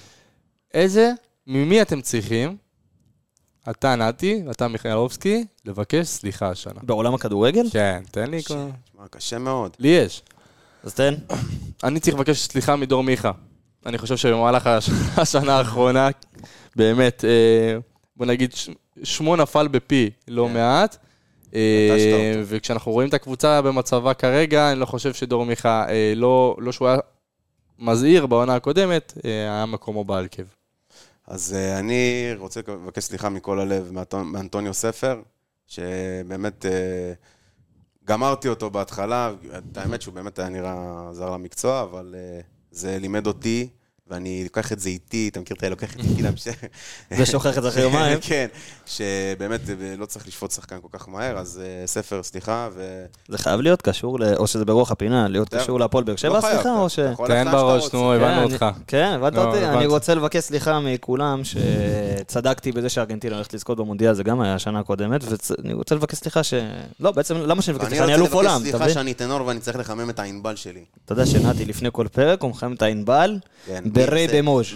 [SPEAKER 3] ממי אתם צריכים? אתה נתי, אתה מיכלובסקי, לבקש סליחה השנה.
[SPEAKER 2] בעולם הכדורגל?
[SPEAKER 3] כן, תן לי.
[SPEAKER 1] קשה מאוד.
[SPEAKER 3] לי יש.
[SPEAKER 2] אז תן.
[SPEAKER 3] אני צריך לבקש סליחה מדור מיכה. אני חושב שבמהלך השנה האחרונה, באמת, בוא נגיד, שמו נפל בפי לא מעט. וכשאנחנו רואים את הקבוצה במצבה כרגע, אני לא חושב שדור מיכה, לא שהוא היה מזהיר בעונה הקודמת, היה מקומו בהרכב.
[SPEAKER 1] אז אני רוצה לבקש סליחה מכל הלב מאנטוניו ספר, שבאמת גמרתי אותו בהתחלה, האמת שהוא באמת היה נראה זר למקצוע, אבל זה לימד אותי, ואני לוקח את זה איתי, אתה מכיר את זה, לוקח את זה איתי להמשך.
[SPEAKER 2] זה שוכח את זה אחרי יומיים.
[SPEAKER 1] כן, שבאמת לא צריך לשפוט שחקן כל כך מהר, אז ספר, סליחה.
[SPEAKER 2] זה חייב להיות קשור, או שזה ברוח הפינה, להיות קשור להפועל באר שבע, סליחה, או ש...
[SPEAKER 3] תן בראש, נו, הבנו אותך.
[SPEAKER 2] כן, הבנת אותי. אני רוצה לבקש סליחה מכולם, שצדקתי בזה שארגנטינה הולכת לזכות במונדיאל, זה גם היה השנה הקודמת, ואני רוצה לבקש סליחה ש... לא, בעצם, למה שאני מבקש סליחה? אני אלוף עולם,
[SPEAKER 1] אני רוצה לבקש סליחה שאני טנור ואני צריך לחמם את הענבל שלי.
[SPEAKER 2] אתה יודע שנתי לפני כל פרק, הוא מחמם את הענבל, ברי דמוז'.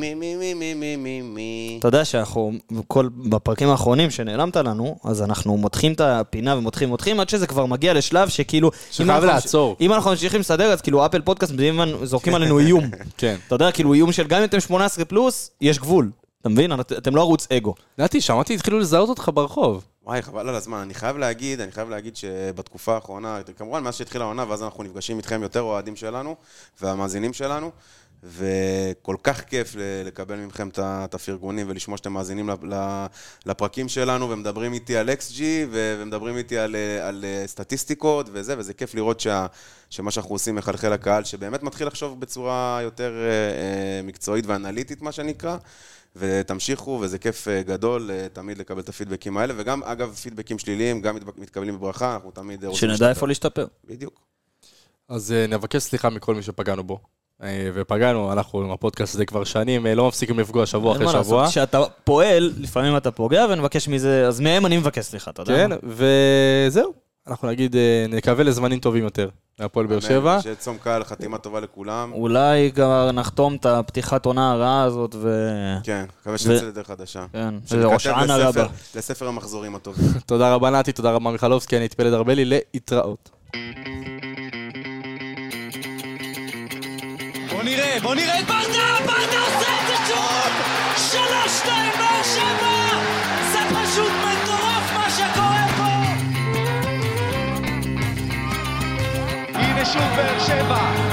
[SPEAKER 2] אתה יודע שאנחנו, בפרקים האחרונים שנעלמת לנו, אז אנחנו מותחים את הפינה ומותחים, עד שזה כבר מגיע לשלב שכאילו...
[SPEAKER 3] שחייב לעצור.
[SPEAKER 2] אם אנחנו ממשיכים לסדר, אז כאילו אפל פודקאסט זורקים עלינו איום.
[SPEAKER 3] כן.
[SPEAKER 2] אתה יודע, כאילו איום של גם אם אתם 18 פלוס, יש גבול. אתה מבין? אתם לא ערוץ אגו.
[SPEAKER 3] נתי, שמעתי, התחילו לזהות אותך ברחוב.
[SPEAKER 1] וואי, חבל על הזמן. אני חייב להגיד שבתקופה האחרונה, כמובן, מאז שהתחילה העונה, ואז אנחנו נפגשים איתכם יותר אוהדים שלנו, והמאזינים שלנו, וכל כך כיף לקבל מכם את הפרגונים, ולשמוע שאתם מאזינים לפרקים שלנו, ומדברים איתי על XG, ומדברים איתי על סטטיסטיקות, וזה כיף לראות שמה שאנחנו עושים מחלחל לקהל, שבאמת מתחיל לחשוב בצורה יותר מקצועית ואנליטית, מה שנקרא, ותמשיכו, וזה כיף גדול תמיד לקבל את הפידבקים האלה, וגם, אגב, פידבקים שליליים, גם מתקבלים בברכה, אנחנו תמיד רוצים
[SPEAKER 2] שנדע איפה להשתפר.
[SPEAKER 1] בדיוק.
[SPEAKER 3] אז נבקש סליחה מכל מי שפגענו בו. ופגענו, אנחנו עם הפודקאסט הזה כבר שנים, לא מפסיקים לפגוע שבוע אחרי שבוע.
[SPEAKER 2] כשאתה פועל, לפעמים אתה פוגע, ונבקש מזה, אז מהם אני מבקש סליחה, אתה יודע?
[SPEAKER 3] כן, וזהו. אנחנו נגיד, נקווה לזמנים טובים יותר, מהפועל באר שבע.
[SPEAKER 1] שצום קהל, חתימה טובה לכולם.
[SPEAKER 2] אולי כבר נחתום את הפתיחת עונה הרעה הזאת,
[SPEAKER 1] כן, מקווה שנצא לדרך חדשה.
[SPEAKER 2] כן, זה ראשענה רבה.
[SPEAKER 1] לספר המחזורים הטובים.
[SPEAKER 3] תודה רבה נתי, תודה רבה מיכלובסקי, אני פלד ארבלי, להתראות.
[SPEAKER 4] בוא נראה את ברדה עושה את זה שוב! 3-2 באר שבע! זה פשוט מטורף מה שקורה פה! הנה שוב באר שבע,